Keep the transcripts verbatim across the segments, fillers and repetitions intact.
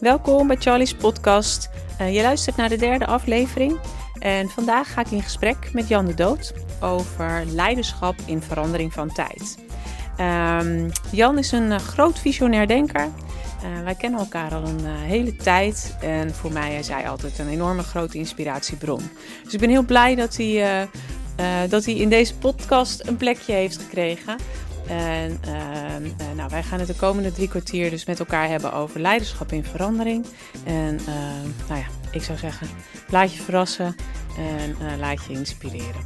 Welkom bij Charlie's podcast. Uh, je luistert naar de derde aflevering en vandaag ga ik in gesprek met Jan de Dood over leiderschap in verandering van tijd. Um, Jan is een uh, groot visionair denker. Uh, wij kennen elkaar al een uh, hele tijd en voor mij is hij altijd een enorme grote inspiratiebron. Dus ik ben heel blij dat hij, uh, uh, dat hij in deze podcast een plekje heeft gekregen. En uh, uh, nou, wij gaan het de komende drie kwartier dus met elkaar hebben over leiderschap in verandering. En uh, nou ja, ik zou zeggen, laat je verrassen en uh, laat je inspireren.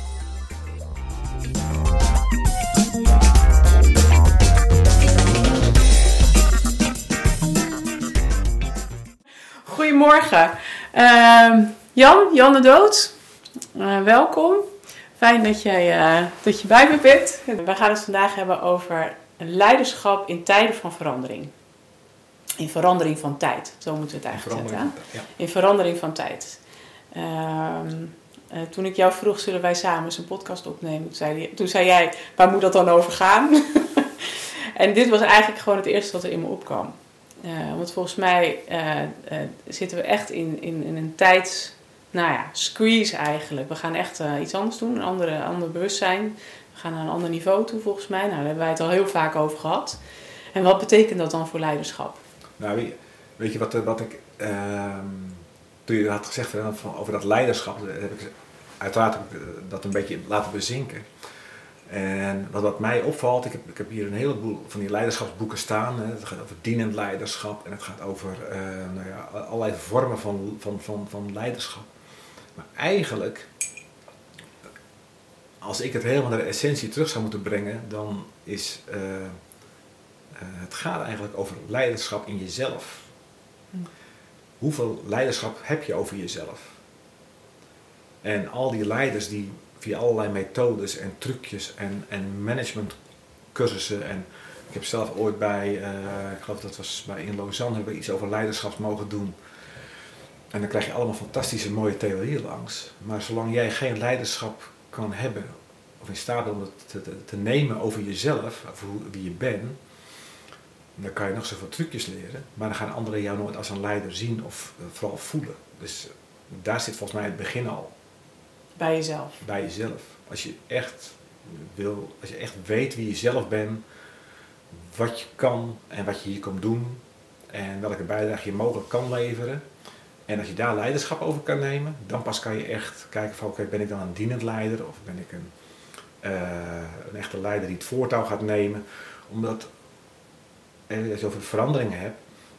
Goedemorgen. Uh, Jan, Jan de Dood, uh, welkom. Fijn dat, jij, uh, dat je bij me bent. We gaan het vandaag hebben over leiderschap in tijden van verandering. In verandering van tijd, zo moeten we het eigenlijk zetten. Ja. In verandering van tijd. Uh, uh, toen ik jou vroeg, zullen wij samen eens een podcast opnemen? Toen zei, die, toen zei jij, waar moet dat dan over gaan? En dit was eigenlijk gewoon het eerste wat er in me opkwam. Uh, want volgens mij uh, uh, zitten we echt in, in, in een tijds... Nou ja, squeeze eigenlijk. We gaan echt uh, iets anders doen, een andere, ander bewustzijn. We gaan naar een ander niveau toe volgens mij. Nou, daar hebben wij het al heel vaak over gehad. En wat betekent dat dan voor leiderschap? Nou, weet je, weet je wat, wat ik... Uh, toen je had gezegd hè, van, over dat leiderschap, heb ik uiteraard dat een beetje laten bezinken. En wat, wat mij opvalt, ik heb, ik heb hier een heleboel van die leiderschapsboeken staan. Hè. Het gaat over dienend leiderschap en het gaat over uh, nou ja, allerlei vormen van, van, van, van leiderschap. Maar eigenlijk, als ik het helemaal naar de essentie terug zou moeten brengen, dan is uh, uh, het gaat eigenlijk over leiderschap in jezelf. Hm. Hoeveel leiderschap heb je over jezelf? En al die leiders die via allerlei methodes en trucjes en, en managementcursussen en ik heb zelf ooit bij, uh, ik geloof dat was bij in Lausanne, hebben we iets over leiderschap mogen doen. En dan krijg je allemaal fantastische mooie theorieën langs. Maar zolang jij geen leiderschap kan hebben, of in staat bent om het te, te, te nemen over jezelf, over hoe, wie je bent, dan kan je nog zoveel trucjes leren. Maar dan gaan anderen jou nooit als een leider zien of uh, vooral voelen. Dus daar zit volgens mij het begin al. Bij jezelf. Bij jezelf. Als je echt wil, als je echt weet wie je zelf bent, wat je kan en wat je hier komt doen en welke bijdrage je mogelijk kan leveren. En als je daar leiderschap over kan nemen, dan pas kan je echt kijken van oké, okay, ben ik dan een dienend leider of ben ik een, uh, een echte leider die het voortouw gaat nemen. Omdat, als je het over veranderingen hebt,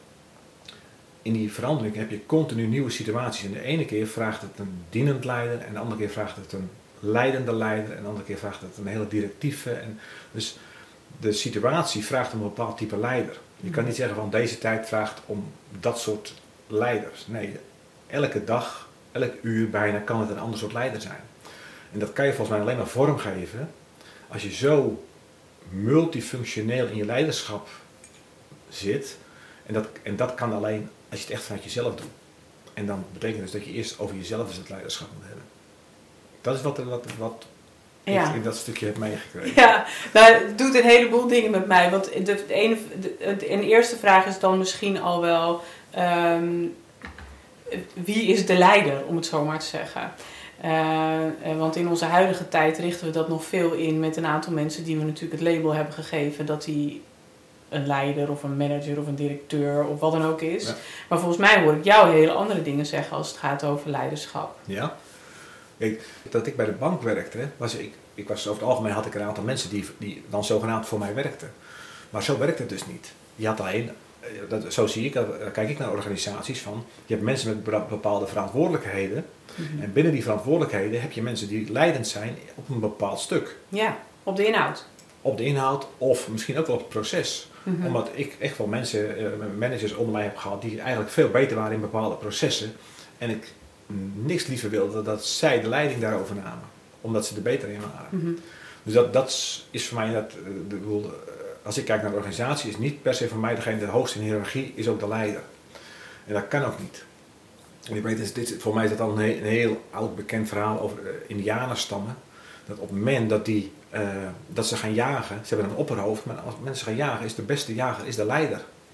in die verandering heb je continu nieuwe situaties. En de ene keer vraagt het een dienend leider en de andere keer vraagt het een leidende leider en de andere keer vraagt het een hele directieve. En dus de situatie vraagt een bepaald type leider. Je kan niet zeggen van deze tijd vraagt om dat soort leiders. Nee, elke dag, elk uur bijna kan het een ander soort leider zijn. En dat kan je volgens mij alleen maar vormgeven als je zo multifunctioneel in je leiderschap zit. En dat, en dat kan alleen als je het echt vanuit jezelf doet. En dan betekent dus dat je eerst over jezelf dus het leiderschap moet hebben. Dat is wat, wat, wat ja. ik in dat stukje heb meegekregen. Ja, nou, het doet een heleboel dingen met mij. Want de, de, ene, de, de, de eerste vraag is dan misschien al wel... Um, wie is de leider, om het zo maar te zeggen? Uh, want in onze huidige tijd richten we dat nog veel in met een aantal mensen die we natuurlijk het label hebben gegeven dat die een leider of een manager of een directeur of wat dan ook is. Ja. Maar volgens mij hoor ik jou hele andere dingen zeggen als het gaat over leiderschap. Ja. Ik, dat ik bij de bank werkte, was ik, ik was over het algemeen had ik een aantal mensen die, die dan zogenaamd voor mij werkten. Maar zo werkt het dus niet. Je had alleen, dat, zo zie ik, dat, kijk ik naar organisaties van, je hebt mensen met bepaalde verantwoordelijkheden. Mm-hmm. En binnen die verantwoordelijkheden heb je mensen die leidend zijn op een bepaald stuk. Ja, op de inhoud. Op de inhoud of misschien ook wel op het proces. Mm-hmm. Omdat ik echt wel mensen, managers onder mij heb gehad die eigenlijk veel beter waren in bepaalde processen. En ik niks liever wilde dat zij de leiding daarover namen. Omdat ze er beter in waren. Mm-hmm. Dus dat, dat is voor mij, dat, de, als ik kijk naar de organisatie, is niet per se voor mij degene de hoogste in de hiërarchie, is ook de leider. En dat kan ook niet. En ik weet, dit, voor mij is dat al een heel, een heel oud bekend verhaal over uh, indianenstammen. Dat op het moment dat, die, uh, dat ze gaan jagen, ze hebben een opperhoofd, maar als mensen gaan jagen, is de beste jager is de leider.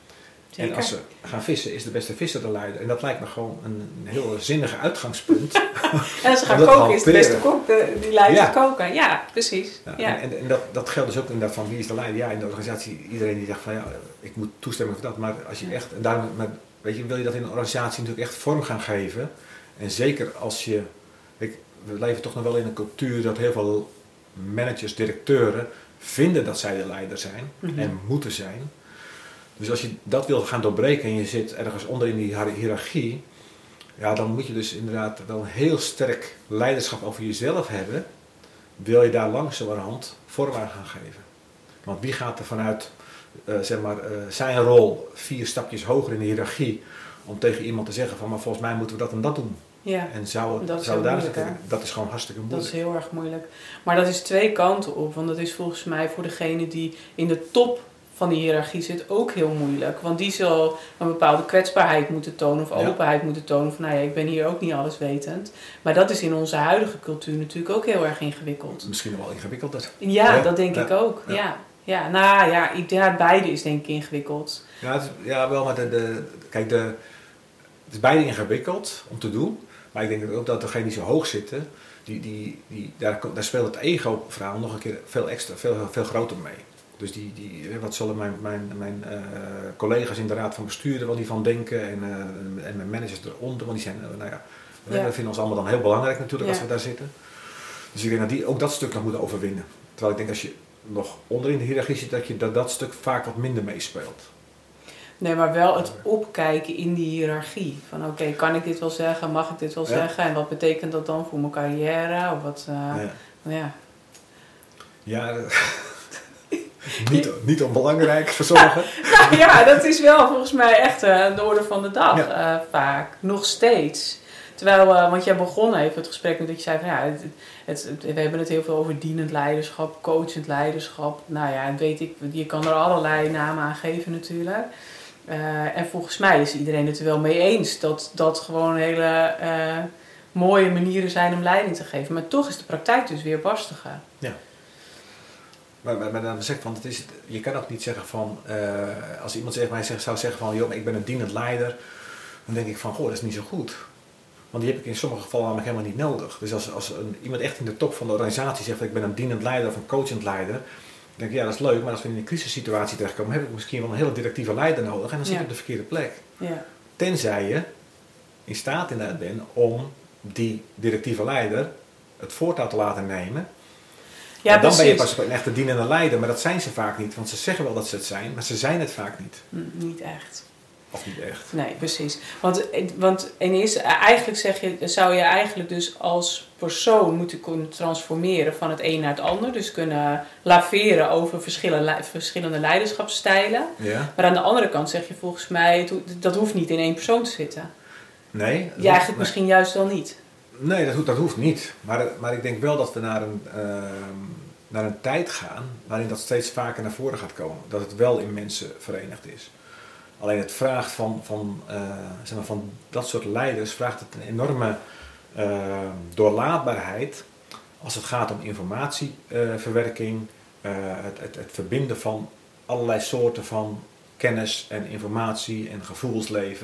Zeker. En als ze gaan vissen, is de beste visser de leider. En dat lijkt me gewoon een, een heel zinnige uitgangspunt. En als ze gaan koken, is de beste kok de, die leidt ja. te koken. Ja, precies. Ja, Ja. En, en dat, dat geldt dus ook inderdaad van wie is de leider. Ja, in de organisatie, iedereen die zegt van ja, ik moet toestemmen voor dat. Maar als je echt, en daarom, maar, weet je, wil je dat in een organisatie natuurlijk echt vorm gaan geven. En zeker als je, ik, we leven toch nog wel in een cultuur dat heel veel managers, directeuren vinden dat zij de leider zijn mm-hmm. en moeten zijn. Dus als je dat wil gaan doorbreken en je zit ergens onder in die hiërarchie, ja, dan moet je dus inderdaad wel een heel sterk leiderschap over jezelf hebben. Wil je daar langzamerhand vorm aan gaan geven. Want wie gaat er vanuit uh, zeg maar, uh, zijn rol vier stapjes hoger in de hiërarchie om tegen iemand te zeggen van maar volgens mij moeten we dat en dat doen. Ja, en zou, dat, is zou daar moeilijk, zitten, dat is gewoon hartstikke moeilijk. Dat is heel erg moeilijk. Maar dat is twee kanten op. Want dat is volgens mij voor degene die in de top van die hiërarchie zit ook heel moeilijk. Want die zal een bepaalde kwetsbaarheid moeten tonen of openheid ja. moeten tonen. Van nou ja, ik ben hier ook niet alleswetend. Maar dat is in onze huidige cultuur natuurlijk ook heel erg ingewikkeld. Misschien wel ingewikkelder. Ja, ja. dat denk ja. ik ook. Ja. Ja. Ja, nou ja, ja, beide is denk ik ingewikkeld. Ja, het is, ja wel, maar de, de, kijk, de, het is beide ingewikkeld om te doen. Maar ik denk ook dat degenen die zo hoog zitten, die, die, die, daar, daar speelt het ego-verhaal nog een keer veel extra, veel, veel groter mee. Dus die, die, wat zullen mijn, mijn, mijn uh, collega's in de raad van bestuur wel niet van denken en, uh, en mijn managers eronder, want die zijn, uh, nou ja, we ja. vinden ons allemaal dan heel belangrijk natuurlijk ja. als we daar zitten. Dus ik denk dat die ook dat stuk nog moeten overwinnen. Terwijl ik denk als je nog onder in de hiërarchie zit, dat je dat, dat stuk vaak wat minder meespeelt. Nee, maar wel het opkijken in die hiërarchie. Van oké, okay, kan ik dit wel zeggen? Mag ik dit wel ja. zeggen? En wat betekent dat dan voor mijn carrière? Of wat, uh, ja. ja. Ja, niet, niet onbelangrijk voor sommigen. Nou ja, dat is wel volgens mij echt uh, de orde van de dag ja. uh, vaak. Nog steeds. Terwijl, uh, want jij begon even het gesprek met dat je zei van ja, het, het, het, we hebben het heel veel over dienend leiderschap, coachend leiderschap. Nou ja, weet ik, je kan er allerlei namen aan geven natuurlijk. Uh, en volgens mij is iedereen het er wel mee eens dat dat gewoon hele uh, mooie manieren zijn om leiding te geven. Maar toch is de praktijk dus weer barstiger. Ja. Maar, maar, maar dan zeg ik van, het is, je kan ook niet zeggen van, uh, als iemand zegt, mij zegt, zou zeggen van, joh, ik ben een dienend leider, dan denk ik van, goh, dat is niet zo goed. Want die heb ik in sommige gevallen namelijk helemaal niet nodig. Dus als, als een, iemand echt in de top van de organisatie zegt, ik ben een dienend leider of een coachend leider, dan denk ik, ja, dat is leuk, maar als we in een crisissituatie terechtkomen, heb ik misschien wel een hele directieve leider nodig en dan zit ik ja. op de verkeerde plek. Ja. Tenzij je in staat inderdaad bent om die directieve leider het voortouw te laten nemen. Ja, dan ben je pas een echte dienende leider, maar dat zijn ze vaak niet. Want ze zeggen wel dat ze het zijn, maar ze zijn het vaak niet. Mm, niet echt. Of niet echt. Nee, precies. Want, want en is, eigenlijk zeg je, zou je eigenlijk dus als persoon moeten kunnen transformeren van het een naar het ander. Dus kunnen laveren over verschillende, verschillende leiderschapsstijlen. Ja. Maar aan de andere kant zeg je volgens mij, dat hoeft niet in één persoon te zitten. Nee. Ja, eigenlijk nee. misschien juist wel niet. Nee, dat hoeft, dat hoeft niet. Maar, maar ik denk wel dat we naar een, uh, naar een tijd gaan waarin dat steeds vaker naar voren gaat komen. Dat het wel in mensen verenigd is. Alleen het vraagt van, van, uh, zeg maar van dat soort leiders vraagt het een enorme uh, doorlaatbaarheid als het gaat om informatieverwerking, uh, het, het, het verbinden van allerlei soorten van kennis en informatie en gevoelsleven.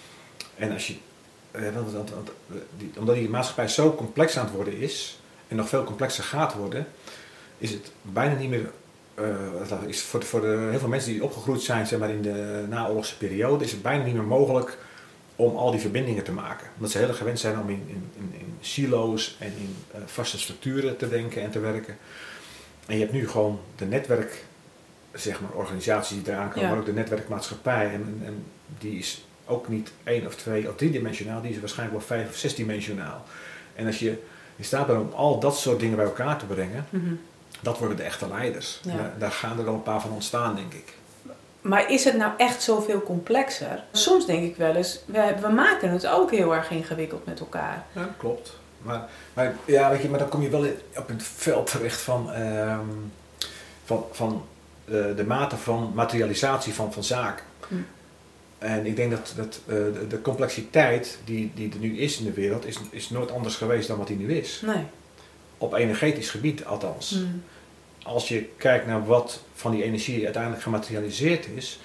En als je Want, want, want, die, omdat die maatschappij zo complex aan het worden is en nog veel complexer gaat worden, is het bijna niet meer, uh, is voor, voor de, heel veel mensen die opgegroeid zijn zeg maar, in de naoorlogse periode, is het bijna niet meer mogelijk om al die verbindingen te maken. Omdat ze heel erg gewend zijn om in, in, in, in silo's en in uh, vaste structuren te denken en te werken. En je hebt nu gewoon de netwerk, zeg maar, organisaties die eraan komen, ja. maar ook de netwerkmaatschappij en, en die is ook niet één of twee of driedimensionaal, die is waarschijnlijk wel vijf of zesdimensionaal. En als je in staat bent om al dat soort dingen bij elkaar te brengen, mm-hmm. dat worden de echte leiders. Ja. Daar, daar gaan er wel een paar van ontstaan, denk ik. Maar is het nou echt zoveel complexer? Soms denk ik wel eens, we, we maken het ook heel erg ingewikkeld met elkaar. Ja, klopt. Maar, maar, ja, weet je, maar dan kom je wel in, op het veld terecht van, um, van, van uh, de mate van materialisatie van, van zaken. Mm. En ik denk dat, dat uh, de, de complexiteit die, die er nu is in de wereld, is, is nooit anders geweest dan wat die nu is. Nee. Op energetisch gebied althans. Mm. Als je kijkt naar wat van die energie uiteindelijk gematerialiseerd is,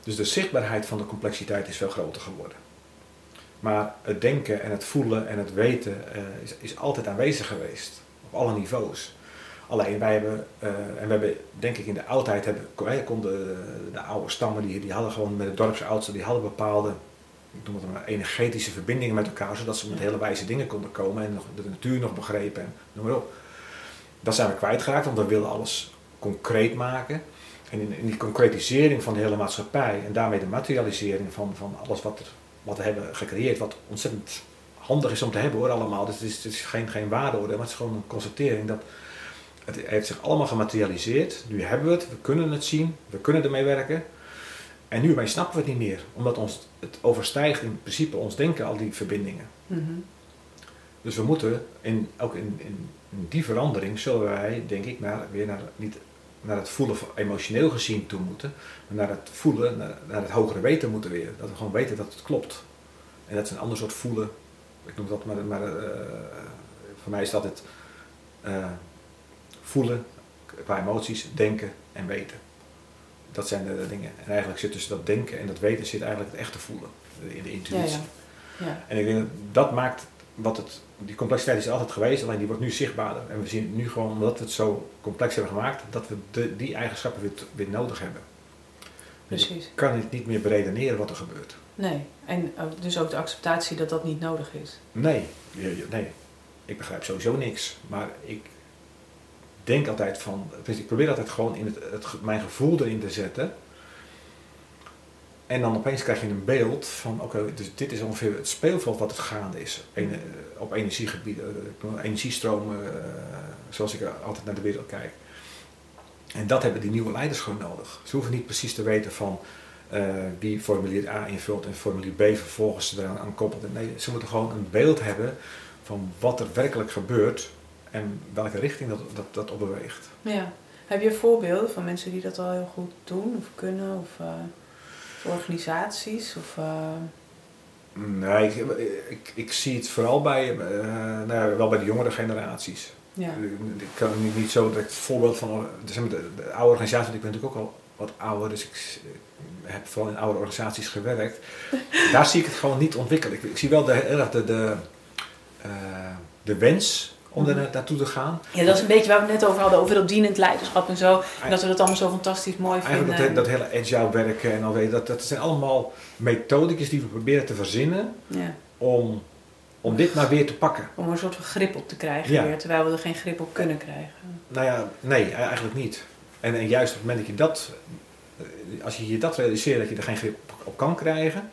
Dus de zichtbaarheid van de complexiteit is veel groter geworden. Maar het denken en het voelen en het weten uh, is, is altijd aanwezig geweest. Op alle niveaus. Alleen wij hebben, uh, en we hebben denk ik in de oudheid, hebben, konden de, de oude stammen, die, die hadden gewoon met de dorpsoudsten, die hadden bepaalde, ik noem het maar, energetische verbindingen met elkaar, zodat ze met hele wijze dingen konden komen en nog, de natuur nog begrepen en noem maar op. Dat zijn we kwijtgeraakt, want we willen alles concreet maken. En in, in die concretisering van de hele maatschappij en daarmee de materialisering van, van alles wat, er, wat we hebben gecreëerd, wat ontzettend handig is om te hebben hoor allemaal. Dus het is, het is geen, geen waardeoordeel, maar het is gewoon een constatering dat het heeft zich allemaal gematerialiseerd. Nu hebben we het, we kunnen het zien, we kunnen ermee werken. En nu snappen we het niet meer, omdat ons, het overstijgt in principe ons denken al die verbindingen. Mm-hmm. Dus we moeten, in, ook in, in, in die verandering, zullen wij denk ik naar, weer naar, niet naar het voelen emotioneel gezien toe moeten, maar naar het voelen, naar, naar het hogere weten moeten weer. Dat we gewoon weten dat het klopt. En dat is een ander soort voelen. Ik noem dat maar, maar uh, voor mij is dat het uh, voelen qua emoties, denken en weten. Dat zijn de, de dingen. En eigenlijk zit tussen dat denken en dat weten zit eigenlijk het echte voelen, in de intuïtie. Ja, ja. Ja. En ik denk dat dat maakt wat het, die complexiteit is altijd geweest, alleen die wordt nu zichtbaarder. En we zien nu gewoon, omdat we het zo complex hebben gemaakt, dat we de, die eigenschappen weer, weer nodig hebben. Precies. Dus ik kan het niet meer beredeneren wat er gebeurt. Nee, en dus ook de acceptatie dat dat niet nodig is. Nee, nee. Ik begrijp sowieso niks. Maar ik denk altijd van, ik probeer altijd gewoon in het, het, mijn gevoel erin te zetten. En dan opeens krijg je een beeld van, oké, okay, dus dit is ongeveer het speelveld wat het gaande is. En, op energiegebieden, energiestromen, uh, zoals ik altijd naar de wereld kijk. En dat hebben die nieuwe leiders gewoon nodig. Ze hoeven niet precies te weten van uh, wie formulier A invult en formulier B vervolgens eraan aan koppelt. Nee, ze moeten gewoon een beeld hebben van wat er werkelijk gebeurt en welke richting dat, dat, dat op beweegt. Ja. Heb je voorbeelden van mensen die dat al heel goed doen of kunnen? Of, uh... organisaties? Of, uh... Nee, ik, ik, ik zie het vooral bij, uh, nou ja, wel bij de jongere generaties. Ja. Ik kan niet, niet zo direct voorbeeld van de, de, de oude organisaties, want ik ben natuurlijk ook al wat ouder, dus ik, ik heb vooral in oude organisaties gewerkt. Daar zie ik het gewoon niet ontwikkelen. Ik, ik zie wel de, erg de, de, uh, de wens om er naartoe te gaan. Ja, dat is een beetje waar we het net over hadden, over dat dienend leiderschap en zo. En dat we dat allemaal zo fantastisch mooi Eigenlijk vinden. Dat, dat hele agile werken en alweer, dat, dat zijn allemaal methodicus die we proberen te verzinnen ja. om, om dit maar weer te pakken. Om er een soort van grip op te krijgen ja. weer, terwijl we er geen grip op kunnen krijgen. Nou ja, nee, eigenlijk niet. En, en juist op het moment dat je dat, als je je dat realiseert, dat je er geen grip op kan krijgen,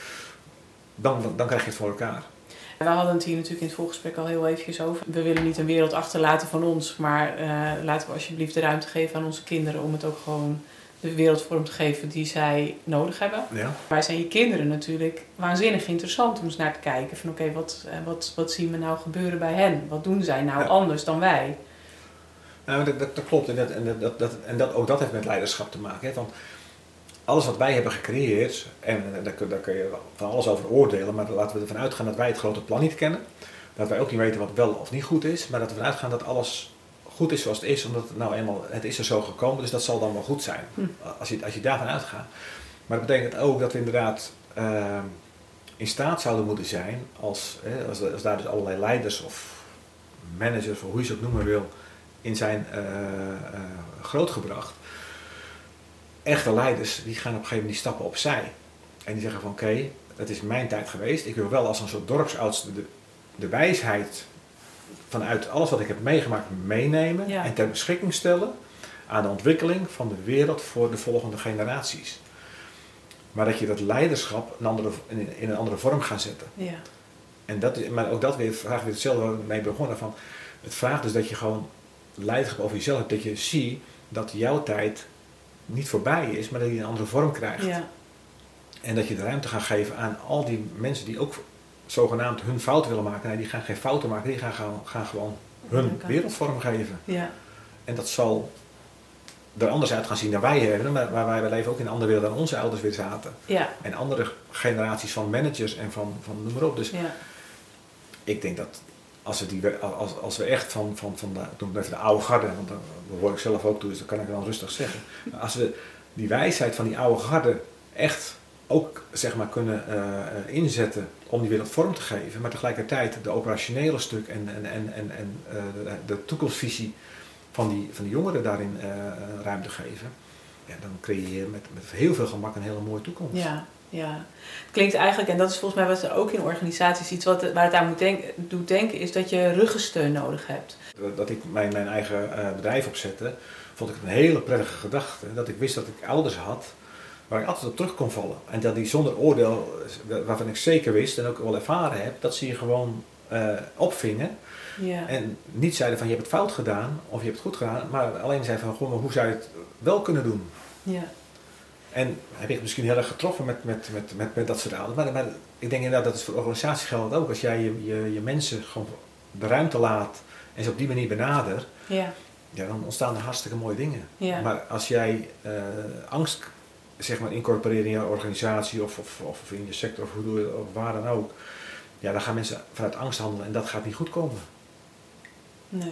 dan, dan krijg je het voor elkaar. We hadden het hier natuurlijk in het voorgesprek al heel eventjes over. We willen niet een wereld achterlaten van ons, maar uh, laten we alsjeblieft de ruimte geven aan onze kinderen om het ook gewoon de wereld vorm te geven die zij nodig hebben. Ja. Wij zijn je kinderen natuurlijk waanzinnig interessant om eens naar te kijken van oké, okay, wat, wat, wat zien we nou gebeuren bij hen? Wat doen zij nou ja. anders dan wij? Nou, dat, dat, dat klopt en, dat, en, dat, dat, en dat, ook dat heeft met leiderschap te maken. Hè? Want alles wat wij hebben gecreëerd, en daar, daar kun je van alles over oordelen, maar laten we ervan uitgaan dat wij het grote plan niet kennen. Dat wij ook niet weten wat wel of niet goed is, maar dat we ervan uitgaan dat alles goed is zoals het is, omdat het nou eenmaal, het is er zo gekomen, dus dat zal dan wel goed zijn. Hm. Als, je, als je daarvan uitgaat. Maar dat betekent ook dat we inderdaad uh, in staat zouden moeten zijn, als, eh, als, als daar dus allerlei leiders of managers, of hoe je ze ook noemen wil, in zijn uh, uh, grootgebracht. Echte leiders, die gaan op een gegeven moment die stappen opzij. En die zeggen van oké, okay, het is mijn tijd geweest. Ik wil wel als een soort dorpsoudste de, de wijsheid vanuit alles wat ik heb meegemaakt meenemen. Ja. En ter beschikking stellen aan de ontwikkeling van de wereld voor de volgende generaties. Maar dat je dat leiderschap een andere, in, in een andere vorm gaat zetten. Ja. En dat, maar ook dat weer vraagt weer hetzelfde waar we mee begonnen. Van, het vraagt dus dat je gewoon leiderschap over jezelf hebt. Dat je ziet dat jouw tijd niet voorbij is, maar dat je een andere vorm krijgt. Ja. En dat je de ruimte gaat geven aan al die mensen die ook zogenaamd hun fouten willen maken. Nee, die gaan geen fouten maken, die gaan, gaan, gaan gewoon hun wereld vormgeven. Ja. En dat zal er anders uit gaan zien dan wij hebben, maar, maar wij leven ook in een andere wereld dan onze ouders weer zaten. Ja. En andere generaties van managers en van, van noem maar op. Dus ja. ik denk dat als we, die, als, als we echt van, van, van de, noem het even de oude garde, want daar hoor ik zelf ook toe, dus dat kan ik dan rustig zeggen. Als we die wijsheid van die oude garde echt ook zeg maar, kunnen uh, inzetten om die wereld vorm te geven, maar tegelijkertijd de operationele stuk en, en, en, en, en uh, de, de toekomstvisie van die, van die jongeren daarin uh, ruimte geven, ja, dan creëer je met, met heel veel gemak een hele mooie toekomst. Ja, ja. Het klinkt eigenlijk, en dat is volgens mij wat er ook in organisaties iets wat, waar het aan moet denk, doet denken, is dat je ruggensteun nodig hebt. Dat ik mijn, mijn eigen uh, bedrijf opzette, vond ik een hele prettige gedachte. Dat ik wist dat ik ouders had waar ik altijd op terug kon vallen. En dat die zonder oordeel, waarvan ik zeker wist en ook wel ervaren heb, dat ze je gewoon uh, opvingen. Ja. En niet zeiden van je hebt het fout gedaan of je hebt het goed gedaan, maar alleen zeiden van goh, maar hoe zou je het wel kunnen doen? Ja. En heb ik misschien heel erg getroffen met, met, met, met, met dat soort ouders. Maar, maar ik denk inderdaad dat het voor organisaties geldt ook. Als jij je, je, je mensen gewoon de ruimte laat en ze op die manier benadert, Ja. ja, dan ontstaan er hartstikke mooie dingen. Ja. Maar als jij uh, angst zeg maar, incorporeert in je organisatie of, of, of in je sector of, hoe doe je, of waar dan ook, ja, dan gaan mensen vanuit angst handelen en dat gaat niet goed komen. Nee.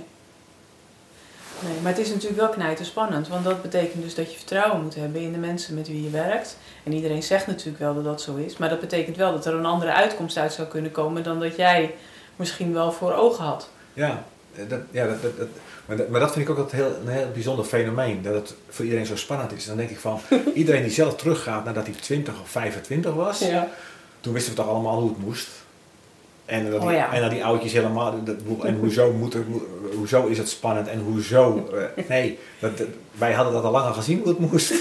Nee, maar het is natuurlijk wel knijterspannend, want dat betekent dus dat je vertrouwen moet hebben in de mensen met wie je werkt. En iedereen zegt natuurlijk wel dat dat zo is, maar dat betekent wel dat er een andere uitkomst uit zou kunnen komen dan dat jij misschien wel voor ogen had. Ja, dat, ja dat, dat, dat, maar, dat, maar dat vind ik ook altijd heel, een heel bijzonder fenomeen, dat het voor iedereen zo spannend is. En dan denk ik van, iedereen die zelf teruggaat nadat hij twintig of vijfentwintig was, ja. Toen wisten we toch allemaal hoe het moest. En dat, die, oh ja. en dat die oudjes helemaal, dat, en hoezo, moet er, hoezo is het spannend en hoezo, uh, nee, dat, dat, wij hadden dat al lang al gezien hoe het moest.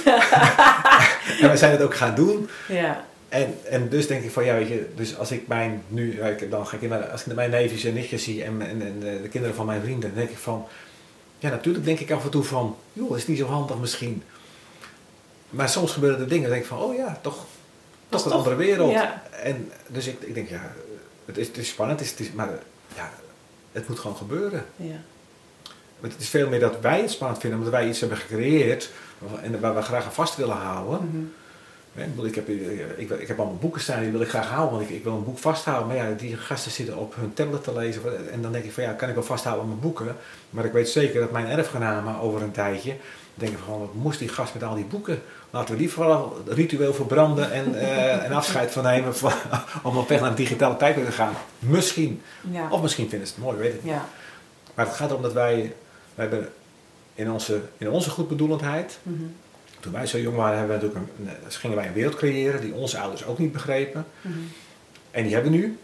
En we zijn het ook gaan doen. Ja. En, en dus denk ik van, ja weet je, dus als ik mijn, nu, ik, dan ga ik in, als ik mijn neefjes en nichtjes zie en, en, en de kinderen van mijn vrienden, dan denk ik van, ja natuurlijk denk ik af en toe van, joh, is niet zo handig misschien. Maar soms gebeuren er dingen, dan denk ik van, oh ja, toch, toch een toch, andere wereld. Ja. En dus ik, ik denk, ja, Het is, het is spannend, het is, het is, maar ja, het moet gewoon gebeuren. Ja. Het is veel meer dat wij het spannend vinden, omdat wij iets hebben gecreëerd en waar we graag aan vast willen houden. Mm-hmm. Ik heb, ik, ik heb allemaal boeken staan, die wil ik graag houden, want ik, ik wil een boek vasthouden. Maar ja, die gasten zitten op hun tablet te lezen en dan denk ik van ja, kan ik wel vasthouden aan mijn boeken. Maar ik weet zeker dat mijn erfgenamen over een tijdje denken van wat moest die gast met al die boeken? Laten we die vooral ritueel verbranden en, uh, en afscheid van nemen van, om op weg naar de digitale tijdperk te gaan. Misschien. Ja. Of misschien vinden ze het mooi, weet ik niet. Ja. Maar het gaat erom dat wij, wij hebben in onze, in onze goedbedoelendheid, mm-hmm. Toen wij zo jong waren, hebben we natuurlijk een, een, gingen wij een wereld creëren die onze ouders ook niet begrepen. Mm-hmm. En die hebben we nu.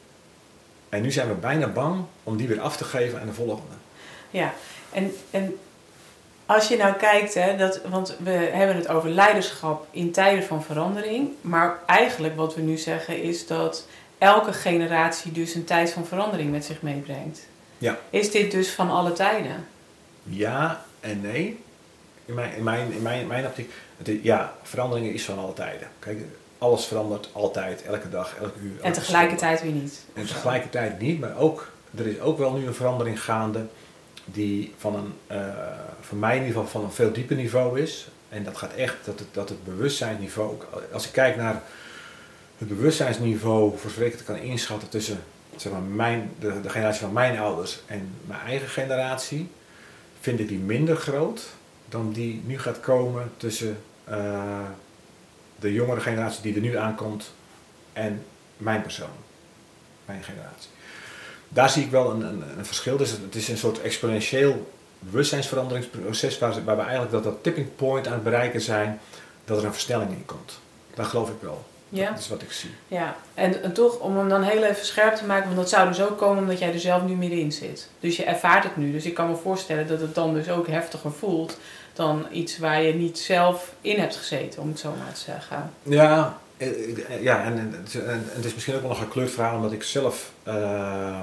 En nu zijn we bijna bang om die weer af te geven aan de volgende. Ja, en, en als je nou kijkt, hè, dat, want we hebben het over leiderschap in tijden van verandering. Maar eigenlijk wat we nu zeggen is dat elke generatie dus een tijd van verandering met zich meebrengt. Ja. Is dit dus van alle tijden? Ja en nee. In mijn, in mijn, in mijn, in mijn optiek, het is, ja, verandering is van alle tijden. Kijk, alles verandert altijd, elke dag, elke uur. Elke en tegelijkertijd seconde. Weer niet. En tegelijkertijd niet, maar ook, er is ook wel nu een verandering gaande die van een, uh, voor mij in ieder geval van een veel dieper niveau is. En dat gaat echt, dat het, dat het bewustzijnsniveau, als ik kijk naar het bewustzijnsniveau, voor zover ik het kan inschatten tussen zeg maar, mijn, de, de generatie van mijn ouders en mijn eigen generatie, vind ik die minder groot dan die nu gaat komen tussen uh, de jongere generatie die er nu aankomt en mijn persoon, mijn generatie. Daar zie ik wel een, een, een verschil. Dus het is een soort exponentieel bewustzijnsveranderingsproces waar, waar we eigenlijk dat, dat tipping point aan het bereiken zijn, dat er een versnelling in komt. Daar geloof ik wel. Ja. Dat is wat ik zie. Ja, en, en toch om hem dan heel even scherp te maken, want dat zou dus ook komen omdat jij er zelf nu middenin zit. Dus je ervaart het nu. Dus ik kan me voorstellen dat het dan dus ook heftiger voelt dan iets waar je niet zelf in hebt gezeten, om het zo maar te zeggen. Ja, ja en, en, en het is misschien ook wel nog een gekleurd verhaal, omdat ik zelf, uh,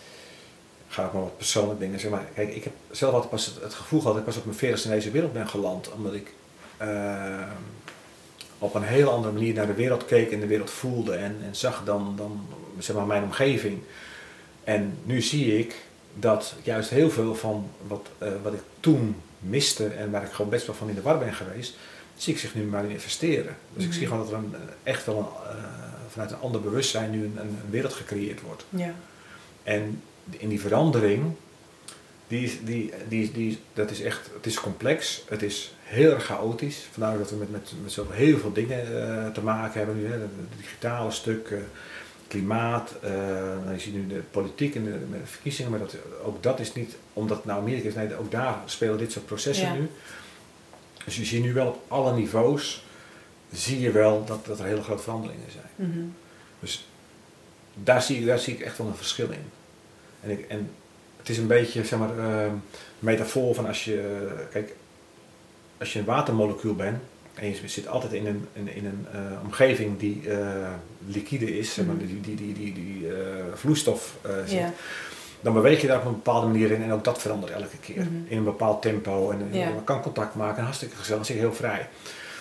ga ik maar wat persoonlijk dingen zeggen, maar kijk, ik heb zelf altijd pas het, het gevoel gehad dat ik pas op mijn veertigste in deze wereld ben geland, omdat ik uh, op een hele andere manier naar de wereld keek en de wereld voelde en, en zag dan, dan zeg maar, mijn omgeving. En nu zie ik dat juist heel veel van wat, uh, wat ik toen miste en waar ik gewoon best wel van in de war ben geweest, zie ik zich nu maar in investeren. Dus mm-hmm. ik zie gewoon dat er een, echt wel een, uh, vanuit een ander bewustzijn nu een, een wereld gecreëerd wordt. Ja. En in die verandering Die is, die, die, die, dat is echt, het is complex, het is heel erg chaotisch. Vandaar dat we met, met, met zo heel veel dingen uh, te maken hebben nu. Hè. Het digitale stuk, uh, klimaat, uh, nou, je ziet nu de politiek en de, de verkiezingen, maar dat, ook dat is niet, omdat het nou Amerika is, nee, ook daar spelen dit soort processen ja. nu. Dus je ziet nu wel op alle niveaus, zie je wel dat, dat er hele grote veranderingen zijn. Mm-hmm. Dus daar zie, ik, daar zie ik echt wel een verschil in. En, ik, en het is een beetje, zeg maar, uh, een metafoor van als je, uh, kijk, als je een watermolecuul bent en je zit altijd in een, in, in een uh, omgeving die uh, liquide is, zeg maar, die, die, die, die, die uh, vloeistof uh, zit, yeah. dan beweeg je daar op een bepaalde manier in en ook dat verandert elke keer. Mm-hmm. In een bepaald tempo en yeah. je kan contact maken, hartstikke gezellig, dan zit je heel vrij.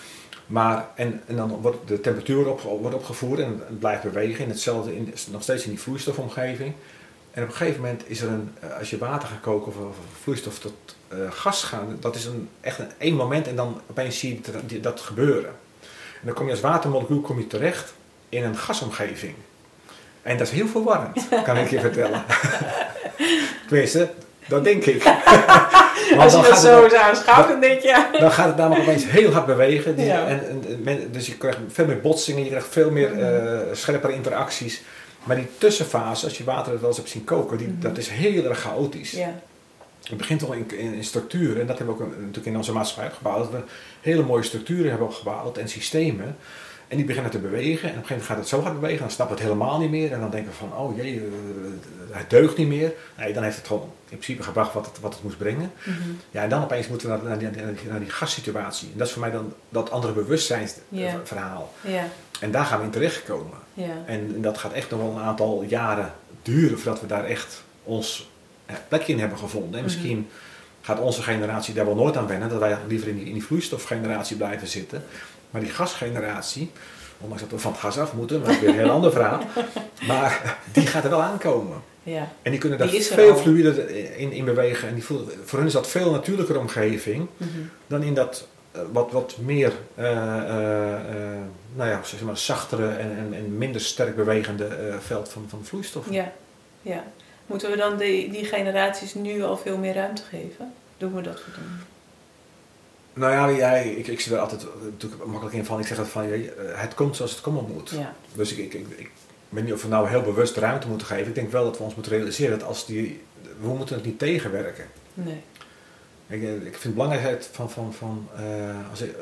Maar, en, en dan wordt de temperatuur op, wordt opgevoerd en het blijft bewegen in hetzelfde, in, nog steeds in die vloeistofomgeving. En op een gegeven moment is er een, als je water gaat koken of, of vloeistof tot uh, gas gaan, dat is een, echt een één moment en dan opeens zie je dat, dat gebeuren. En dan kom je als watermolecuul kom je terecht in een gasomgeving. En dat is heel verwarrend, kan ik je vertellen. Tenminste, dat denk ik. Als je dat zo aanschouwt, dan denk je... Dan gaat het namelijk opeens heel hard bewegen. Die, ja. en, en, men, dus je krijgt veel meer botsingen, je krijgt veel meer uh, scherpere interacties. Maar die tussenfase, als je water wel eens hebt zien koken, die, mm-hmm. dat is heel erg chaotisch. Ja. Het begint al in, in, in structuren, en dat hebben we ook natuurlijk in onze maatschappij gebouwd, dat we hele mooie structuren hebben opgebouwd en systemen. En die beginnen te bewegen en op een gegeven moment gaat het zo hard bewegen, dan snappen we het helemaal niet meer. En dan denken we van, oh jee, uh, het deugt niet meer. Nee, dan heeft het gewoon in principe gebracht wat het, wat het moest brengen. Mm-hmm. Ja, en dan opeens moeten we naar, naar, die, naar, die, naar die gassituatie. En dat is voor mij dan dat andere bewustzijnsverhaal. Yeah. Yeah. En daar gaan we in terechtkomen. Yeah. En, en dat gaat echt nog wel een aantal jaren duren voordat we daar echt ons plekje in hebben gevonden. En misschien mm-hmm. gaat onze generatie daar wel nooit aan wennen, dat wij liever in die, in die vloeistofgeneratie blijven zitten. Maar die gasgeneratie, ondanks dat we van het gas af moeten, maar dat is weer een heel ander verhaal. Maar die gaat er wel aankomen. Ja. En die kunnen daar die veel fluider in, in bewegen. En die voelen, voor hen is dat veel natuurlijker omgeving mm-hmm. dan in dat uh, wat, wat meer uh, uh, uh, nou ja, zeg maar zachtere en, en, en minder sterk bewegende uh, veld van, van vloeistoffen. Ja. Ja. Moeten we dan die, die generaties nu al veel meer ruimte geven? Doen we dat voor doen? Nou ja, jij, ik, ik zie er altijd natuurlijk makkelijk in van. Ik zeg dat van, het komt zoals het komen moet. Ja. Dus ik, ik, ik, ik weet niet of we nou heel bewust ruimte moeten geven. Ik denk wel dat we ons moeten realiseren dat als die, we moeten het niet tegenwerken. Nee. Ik, ik vind het belangrijkheid van, van, van uh, als ik,